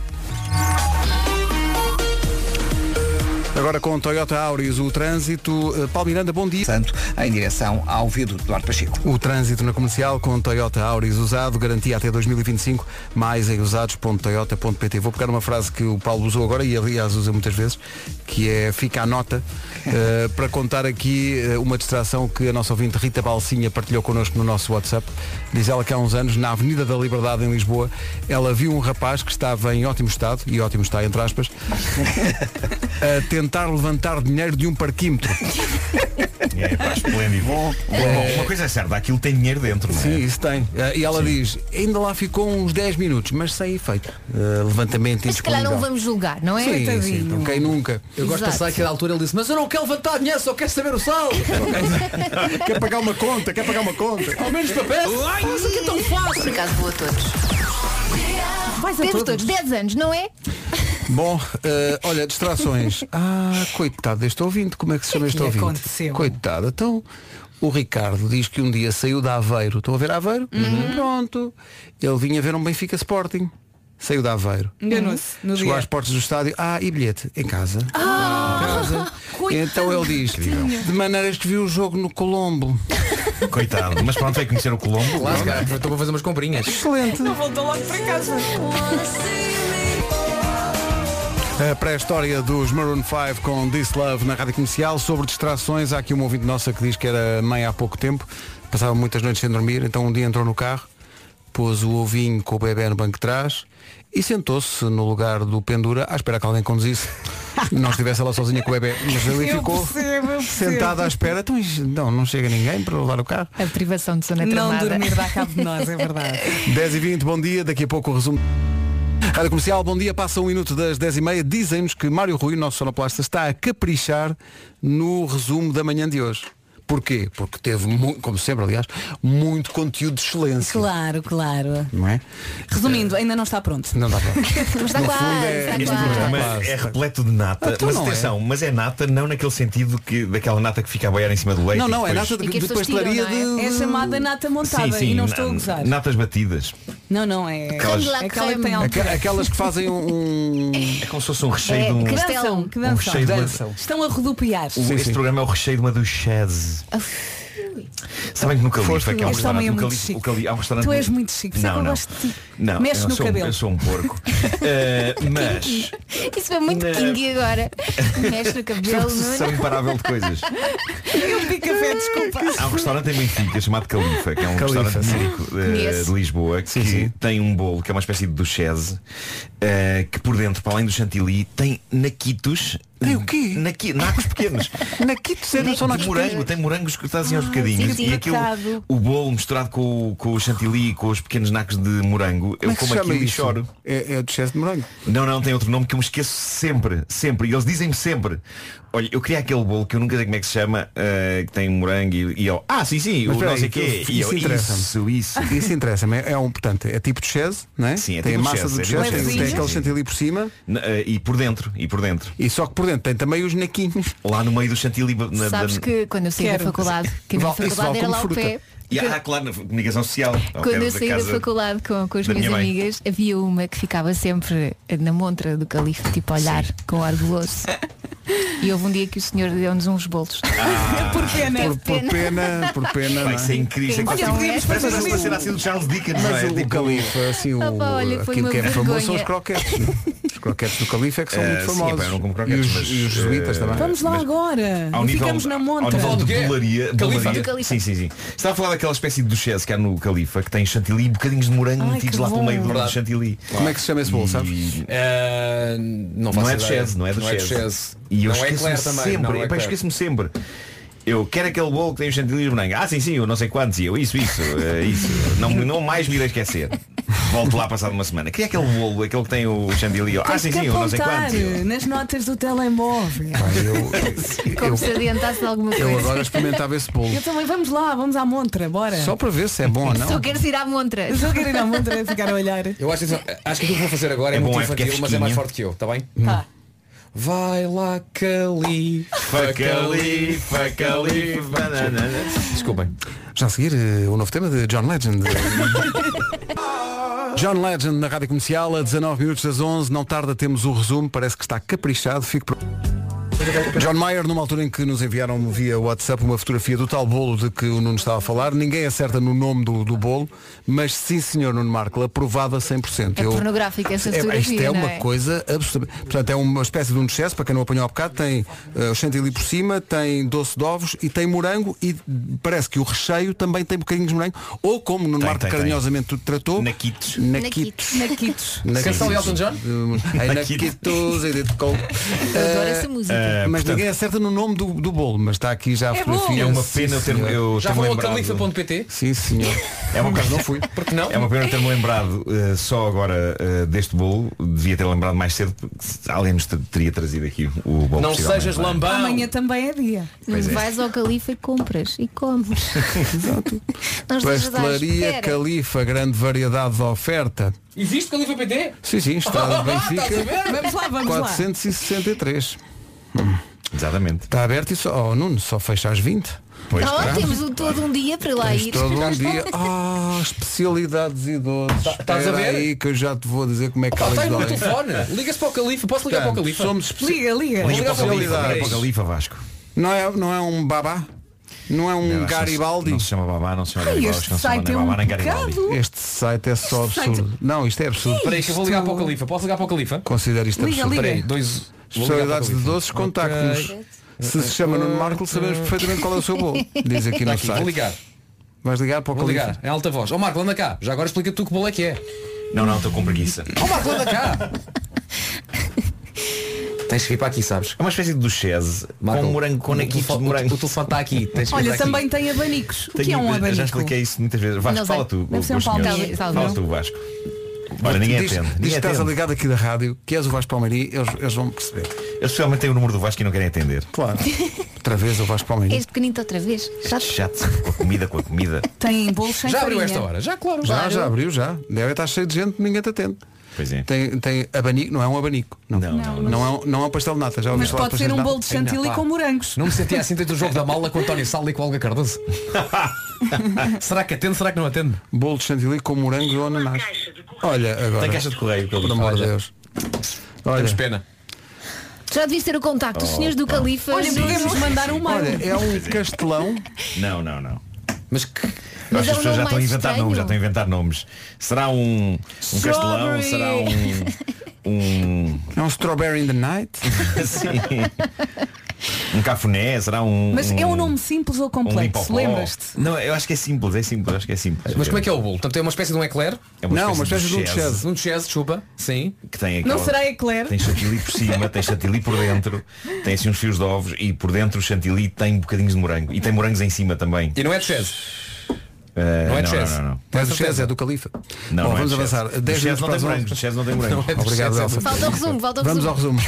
Agora com Toyota Auris, o trânsito. Uh, Paulo Miranda, bom dia.
Santo, em direção ao viaduto Duarte Pacheco.
O trânsito na comercial com Toyota Auris usado, garantia até dois mil e vinte e cinco, mais em usados ponto toyota ponto p t. Vou pegar uma frase que o Paulo usou agora e aliás usa muitas vezes, que é fica a nota, uh, para contar aqui uh, uma distração que a nossa ouvinte Rita Balsinha partilhou connosco no nosso WhatsApp. Diz ela que há uns anos, na Avenida da Liberdade em Lisboa, ela viu um rapaz que estava em ótimo estado, e ótimo está entre aspas, a tentar levantar dinheiro de um parquímetro.
É, pá, esplêndido. Bom, uma coisa é certa, aquilo tem dinheiro dentro, não é?
Sim, isso tem. Uh, e ela diz, ainda lá ficou uns dez minutos, mas sem efeito. Uh, levantamento
Mas se calhar não vamos julgar, não é?
Sim, sim,
Coitadinho.
então, quem nunca?
Eu gosto de
Exato.
pensar que a altura ele disse, mas eu não quero levantar dinheiro, só quero saber o saldo.
Quer pagar uma conta, quer pagar uma conta.
Ao menos papel. Nossa, que é tão fácil.
Por acaso vou a todos.
Vais a
Temos
todos.
todos dez anos, não é?
Bom, uh, olha, distrações. Ah, coitado deste ouvinte, como é que se chama
que
este
lhe
ouvinte?
aconteceu?
Coitado, então o Ricardo diz que um dia saiu de Aveiro. Estão a ver Aveiro?
Uhum.
Pronto. Ele vinha ver um Benfica Sporting. Saiu de Aveiro.
Enganou-se no
Chegou
dia.
às portas do estádio. Ah, e bilhete? Em casa.
Ah,
Em casa.
coitado.
Então ele diz, de maneiras que viu o jogo no Colombo.
Coitado, mas pronto, veio conhecer o Colombo.
Lá, cara, estou a fazer umas comprinhas.
Excelente.
Não voltou logo para casa.
A pré-história dos Maroon cinco com This Love na Rádio Comercial. Sobre distrações, há aqui uma ouvinte nossa que diz que era mãe há pouco tempo, passava muitas noites sem dormir, então um dia entrou no carro, pôs o ovinho com o bebê no banco de trás e sentou-se no lugar do pendura à espera que alguém conduzisse. Não estivesse ela sozinha com o bebê, mas ali
Eu
ficou
percebo, eu percebo.
sentada à espera. Então, não, não chega ninguém para levar o carro.
A privação de sono é
Não
tramada.
dormir dá cabo de nós, é verdade.
dez e vinte, bom dia, daqui a pouco o resumo. Rádio Comercial, bom dia, passa um minuto das dez e meia. Dizem-nos que Mário Rui, nosso sonoplasta, está a caprichar no resumo da manhã de hoje. Porquê? Porque teve, mu- como sempre, aliás, muito conteúdo de excelência.
Claro, claro.
Não é?
Resumindo, ainda não está pronto.
Não dá para.
Mas está
No
quase,
fundo é-
está
Este
quase.
programa
Quase.
é repleto de nata,
Então
mas
não é.
atenção, mas é nata não naquele sentido que daquela nata que fica a boiar em cima do leite.
Não,
e
não, é
depois-
nata de,
E que as
de
pessoas
pastelaria
tiram, não
de...
É chamada nata montada
Sim, sim,
e não
na-
estou a gozar.
natas batidas.
Não, não, é
Aquelas-
é aquela que tem
Aque-
altura.
Aquelas que fazem um...
É como se fosse um recheio
É,
de um.
que
Que
Castelo.
dançam, que
um
dançam.
recheio de uma-
Dançam.
Estão a rodopiar.
O-
Sim,
este
sim.
programa é o recheio de uma duchesse. Sabem que no Califa,
Foste-
que é um
Este homem
restaurante,
é
no
muito
Califa,
chique.
o Cali- há um restaurante.
Tu és muito chique, sabe
Não,
que eu
não.
gosto de ti.
Não,
Mexe
eu
no
sou,
cabelo.
eu sou um porco. Eh, mas
Isso é muito
Na-
kinky agora. Mexe no
sou
cabelo.
uma sucessão imparável de coisas.
Eu pedi café, desculpa.
Há um restaurante em Benfica chamado Califa, que é um
Califa,
restaurante
sim.
típico eh,
Conheço.
de Lisboa, que
Sim, sim.
tem um bolo que é uma espécie de duchesse, eh, que por dentro, para além do chantilly, tem naquitos.
Tem o quê?
Naqui, nacos pequenos.
Naquitos, sério, são
de
nacos
morango,
pequenos.
tem morangos cortados em aos
Ah,
bocadinhos.
sim,
E aquilo,
picado.
o bolo misturado com, o- com o chantilly e com os pequenos nacos de morango,
Como
eu
é que se
como
chama
aquilo e
isso?
choro.
É, é o duchesse de morango.
Não, não, tem outro nome que eu me esqueço sempre, sempre. E eles dizem-me sempre. Olha, eu queria aquele bolo que eu nunca sei como é que se chama, eh, que tem morango e, e eu, ah, sim, sim,
Mas
o
espera
não sei
aí,
quê.
isso
E eu,
interessa-me.
isso, isso.
Isso interessa-me. É, é um, portanto, é tipo duchesse, não é?
Sim, é
tem
tipo
a massa
duchesse,
do
é tipo
duchesse, tem,
duchesse.
tem aquele
Sim.
chantilly por cima
Na- eh, e por dentro, e por dentro.
e só que por dentro tem também os naquinhos.
Lá no meio do chantilly. Na,
Sabes
da-
que quando eu saí
Quero.
da faculdade, que a minha
Vale- isso
faculdade
vale
era
como
lá ao
fruta.
pé.
E, ah, claro, na comunicação social. ao pé
Quando eu
da
saí da
casa
faculdade com, com as
da
minhas
minha mãe.
amigas, havia uma que ficava sempre na montra do califa, tipo a olhar com ar goloso. E houve um dia que o senhor deu-nos uns bolos.
Ah,
por pena.
Por, por pena, por pena.
Vai
não é?
ser incrível.
Olha,
Parece
podíamos
parece
fazer
uma
assim.
cena assim do Charles Dickens,
Mas
não é?
o, o
Tipo,
Califa, assim, o,
Ah, pá, olha, foi
aquilo
uma
que é famoso são
vergonha.
os croquetes. Não? Os croquetes do Califa é que são
Eh,
muito
sim,
famosos.
pá, eu não como
e,
croquetes,
os,
mas,
e os jesuítas
eh,
também.
Vamos lá
mas
agora.
Ao
E
nível,
ficamos na
ao
montra.
nível de
Do quê?
bolaria,
Califa?
bolaria-
Do Califa.
Sim, sim, sim. Estava a falar daquela espécie de duchesse que há no Califa, que tem chantilly e bocadinhos de morango
Ai,
metidos
que
lá pelo
bom.
meio do
Verdade.
chantilly.
Como é que se chama esse bolo, sabes?
E-
Eh, não faço
Não é
ideia.
duchesse, não é
Não é
duchesse.
duchesse.
E eu
Não é
esqueço-me
eclair também.
sempre,
Não, não é
epá,
eclair.
esqueço-me sempre. Eu quero aquele bolo que tem o chantilly de morango. Ah, sim, sim, eu não sei quantos. E eu, isso, isso, eh, isso. Não, não mais me irei esquecer. Volto lá passado uma semana. Queria aquele bolo, aquele que tem o chantilly. Eu, Ah,
Tens
sim,
que
sim, eu não sei
apontar
quantos. E eu,
nas notas do telemóvel.
Pá, eu,
Como
eu,
se adiantasse de alguma
eu
coisa.
agora experimentava esse bolo.
Eu também, vamos lá, vamos à montra, bora.
Só para ver se é bom ou não.
Só queres ir à montra.
Eu só quero ir à montra e ficar a olhar.
Eu acho que, acho que aquilo que vou fazer agora é,
É bom,
muito
é porque é
infantil, mas é mais
fresquinho.
forte que eu, está bem?
Tá.
Vai lá, Califa,
Califa, Califa, banana.
Desculpem.
Já a seguir, eh, o novo tema de John Legend. John Legend na Rádio Comercial, a dezanove minutos das onze. Não tarda, temos o resumo. Parece que está caprichado. Fico por... John Mayer, numa altura em que nos enviaram via WhatsApp uma fotografia do tal bolo de que o Nuno estava a falar. Ninguém acerta no nome do, do bolo, mas sim, senhor Nuno Marco, aprovado a cem por cento.
É pornográfica essa fotografia,
Isto é
não
uma
é?
coisa absoluta. Portanto, é uma espécie de um excesso, para quem não apanhou há bocado, tem uh, o chantilly por cima, tem doce de ovos e tem morango e parece que o recheio também tem bocadinhos de morango. Ou como o Nuno
Tem,
Marco
tem, tem.
carinhosamente o tratou,
Naquitos.
naquitos.
Naquitos.
Canção de Elton John?
Ai, naquitos, Edith Cole.
Eu adoro essa música.
Eh,
Mas
portanto,
ninguém acerta no nome do, do bolo, mas está aqui já a
É
fotografia.
é uma
Sim,
pena eu ter,
senhor.
eu
Já
ter-me
vou ao
lembrado.
califa ponto pt?
Sim, senhor.
É uma coisa,
não fui.
Porque não?
É uma pena ter-me lembrado uh, só agora uh, deste bolo. Devia ter lembrado mais cedo, porque se alguém nos ter- teria trazido aqui o bolo.
Não
possivelmente,
sejas
não é?
lambão.
Amanhã também é dia.
Pois é.
Vais ao Califa e compras e comes.
Exato.
Não estejas à
Pastelaria
espera.
Califa, grande variedade de oferta.
Existe Califa P T?
Sim, sim, Estrada de
Estás a
Benfica,
ver?
Vamos lá, vamos lá.
quatrocentos e sessenta e três.
Exatamente.
Está aberto e só, oh, Nuno, só fecha às vinte.
Pois,
Oh,
claro.
temos o, todo um dia para lá
Tens
ir.
todo um dia. Ah, especialidades idosos.
Tá- estás a
Espera
ver?
aí que eu já te vou dizer como é que
Pá,
elas
está aí no meu
doem.
telefone. Liga-se para o Califa. Posso ligar para o
Portanto,
Califa?
somos especi-
Liga, liga.
Liga para o Califa,
especialidades.
liga para o Califa, Vasco.
Não é, não é um babá? Não é um
Não, acho que
Garibaldi?
Não se chama babá, não se chama
Ai,
Garibaldi,
este
não se chama
site
nem
é um
babá nem Garibaldi.
pecado.
Este site é só
Este
absurdo.
site-
Não, isto é absurdo.
Espera aí que eu vou ligar para o Califa. Posso ligar para o Califa?
Considero isto
Liga,
absurdo.
liga.
Espera aí, dois...
Especialidades de doces, contacte-nos. Se se chama Nuno Marco, sabemos perfeitamente qual é o seu bolo. Diz aqui
Está
no
aqui,
site.
vou ligar.
Vais ligar para o
Vou
Califa?
ligar, em alta voz. Ó Marco, anda cá. Já agora explica tu que bolo é que é.
Não, não, estou com preguiça.
Ó Marco, anda cá. Tens que vir para aqui, sabes?
É uma espécie de duchese com morango, com
o
naquitos de
telefone-
morango.
O telefone está aqui. Tens que vir
Olha,
para aqui.
também tem abanicos. O que é
Tenho-
um abanico?
Já expliquei isso muitas vezes. Vasco,
Não sei.
fala tu.
Deve ser um
os senhores.
palmito, talvez.
Fala tu, Vasco. Olha, ninguém
diz,
atende.
diz que
Ninguém
estás
atende.
ligado aqui da rádio, que és o Vasco Palmeirim, eles, eles vão perceber.
Eles especialmente têm o número do Vasco e não querem atender.
Claro. Outra vez o Vasco Palmeirim.
És pequenito outra vez. Já te...
Chato, com a comida, com a comida.
Tem bolos sem
Já abriu
farinha.
esta hora? Já, claro.
Já,
Claro.
já abriu, já. Deve estar cheio de gente, ninguém te atende.
Pois é.
Tem, tem abanico, não é um abanico. Não,
Não, não,
não, é, um, não é um pastel de nata. Já
Mas
ouviste falar
pode
de
ser
pastel
um
de
bolo
nata?
de chantilly
Pá.
com morangos.
Não me sentia assim dentro do jogo da mala com o António Saldo e com o Olga Cardoso. Será que atende? Será que não atende?
Bolo de chantilly com morango ou ananás. Olha, agora.
Tem caixa de correio, pelo
Por amor de
Olha.
Deus. Olha,
Temos pena.
Já devias ter o contacto. Os senhores do Califa.
Olha, podemos mandar um mail.
olha, é um castelão.
Não, não, não.
Mas que...
Eu
Mas
acho que
é
as pessoas
um
já
nome
estão a
mais
inventar
estranho.
nomes, já estão a inventar nomes. Será um, um castelão?
Strawberry.
Será um. um
É um strawberry in the night.
sim. Um cafuné? Será um.
Mas é um nome simples ou
um
complexo?
limpopó?
Lembras-te?
Não, eu acho que é simples, é simples, acho que é simples.
Mas como é que é o bolo? Portanto, é uma espécie de um eclair?
É
Não, uma espécie de um duchesse.
Um duchesse, chupa. Sim.
que tem
Não
aquela-
será eclair?
Tem chantilly por cima, tem chantilly por dentro, tem assim uns fios de ovos e por dentro o chantilly tem bocadinhos de morango. E tem morangos em cima também.
E não é duchesse?
Uh,
Não é
não,
duchesse?
não, não, não.
Não é do
certeza?
Chess, é do Califa.
Não,
Bom,
não é
vamos
duchesse.
avançar. dez
Duchesse
minutos
não
para
tem
as
morangos,
onze.
duchesse não tem morangos.
Não é
Obrigado,
duchesse, é
Elsa.
Falta o resumo, falta o
Vamos
resumo.
ao resumo.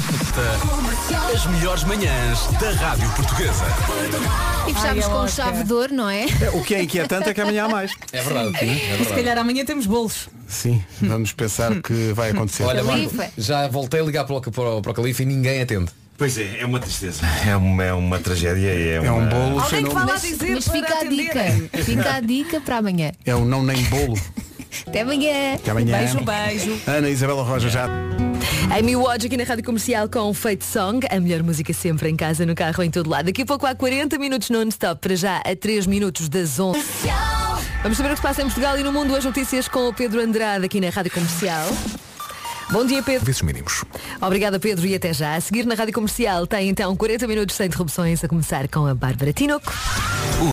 As melhores manhãs da Rádio Portuguesa.
E fechámos
Ai,
com
Oscar.
chave de ouro, não é?
O que é inquietante é que amanhã há mais.
É verdade. É
E se
verdade.
calhar amanhã temos bolos.
Sim, vamos pensar que vai acontecer.
Olha, Marco,
Califa.
já voltei a ligar para o, para o, para o Califa e ninguém atende.
Pois é, é uma tristeza. É uma, é uma tragédia. É,
É
uma...
um bolo
Alguém
sem
que
nome.
fala a
Mas,
dizer
mas
para
fica a
atenderem.
dica. Fica a dica para amanhã.
É um não nem bolo.
Até amanhã.
Até amanhã.
Beijo, beijo.
Ana Isabela Roja já.
Amy Watch aqui na Rádio Comercial com Fate Song, a melhor música sempre em casa, no carro, em todo lado. Daqui a pouco há quarenta minutos non-stop, para já a três minutos das onze. Vamos saber o que se passa em Portugal e no mundo. As notícias com o Pedro Andrade aqui na Rádio Comercial. Bom dia, Pedro.
Serviços mínimos.
Obrigada, Pedro, e até já. A seguir na Rádio Comercial tem então quarenta minutos sem interrupções, a começar com a Bárbara Tinoco.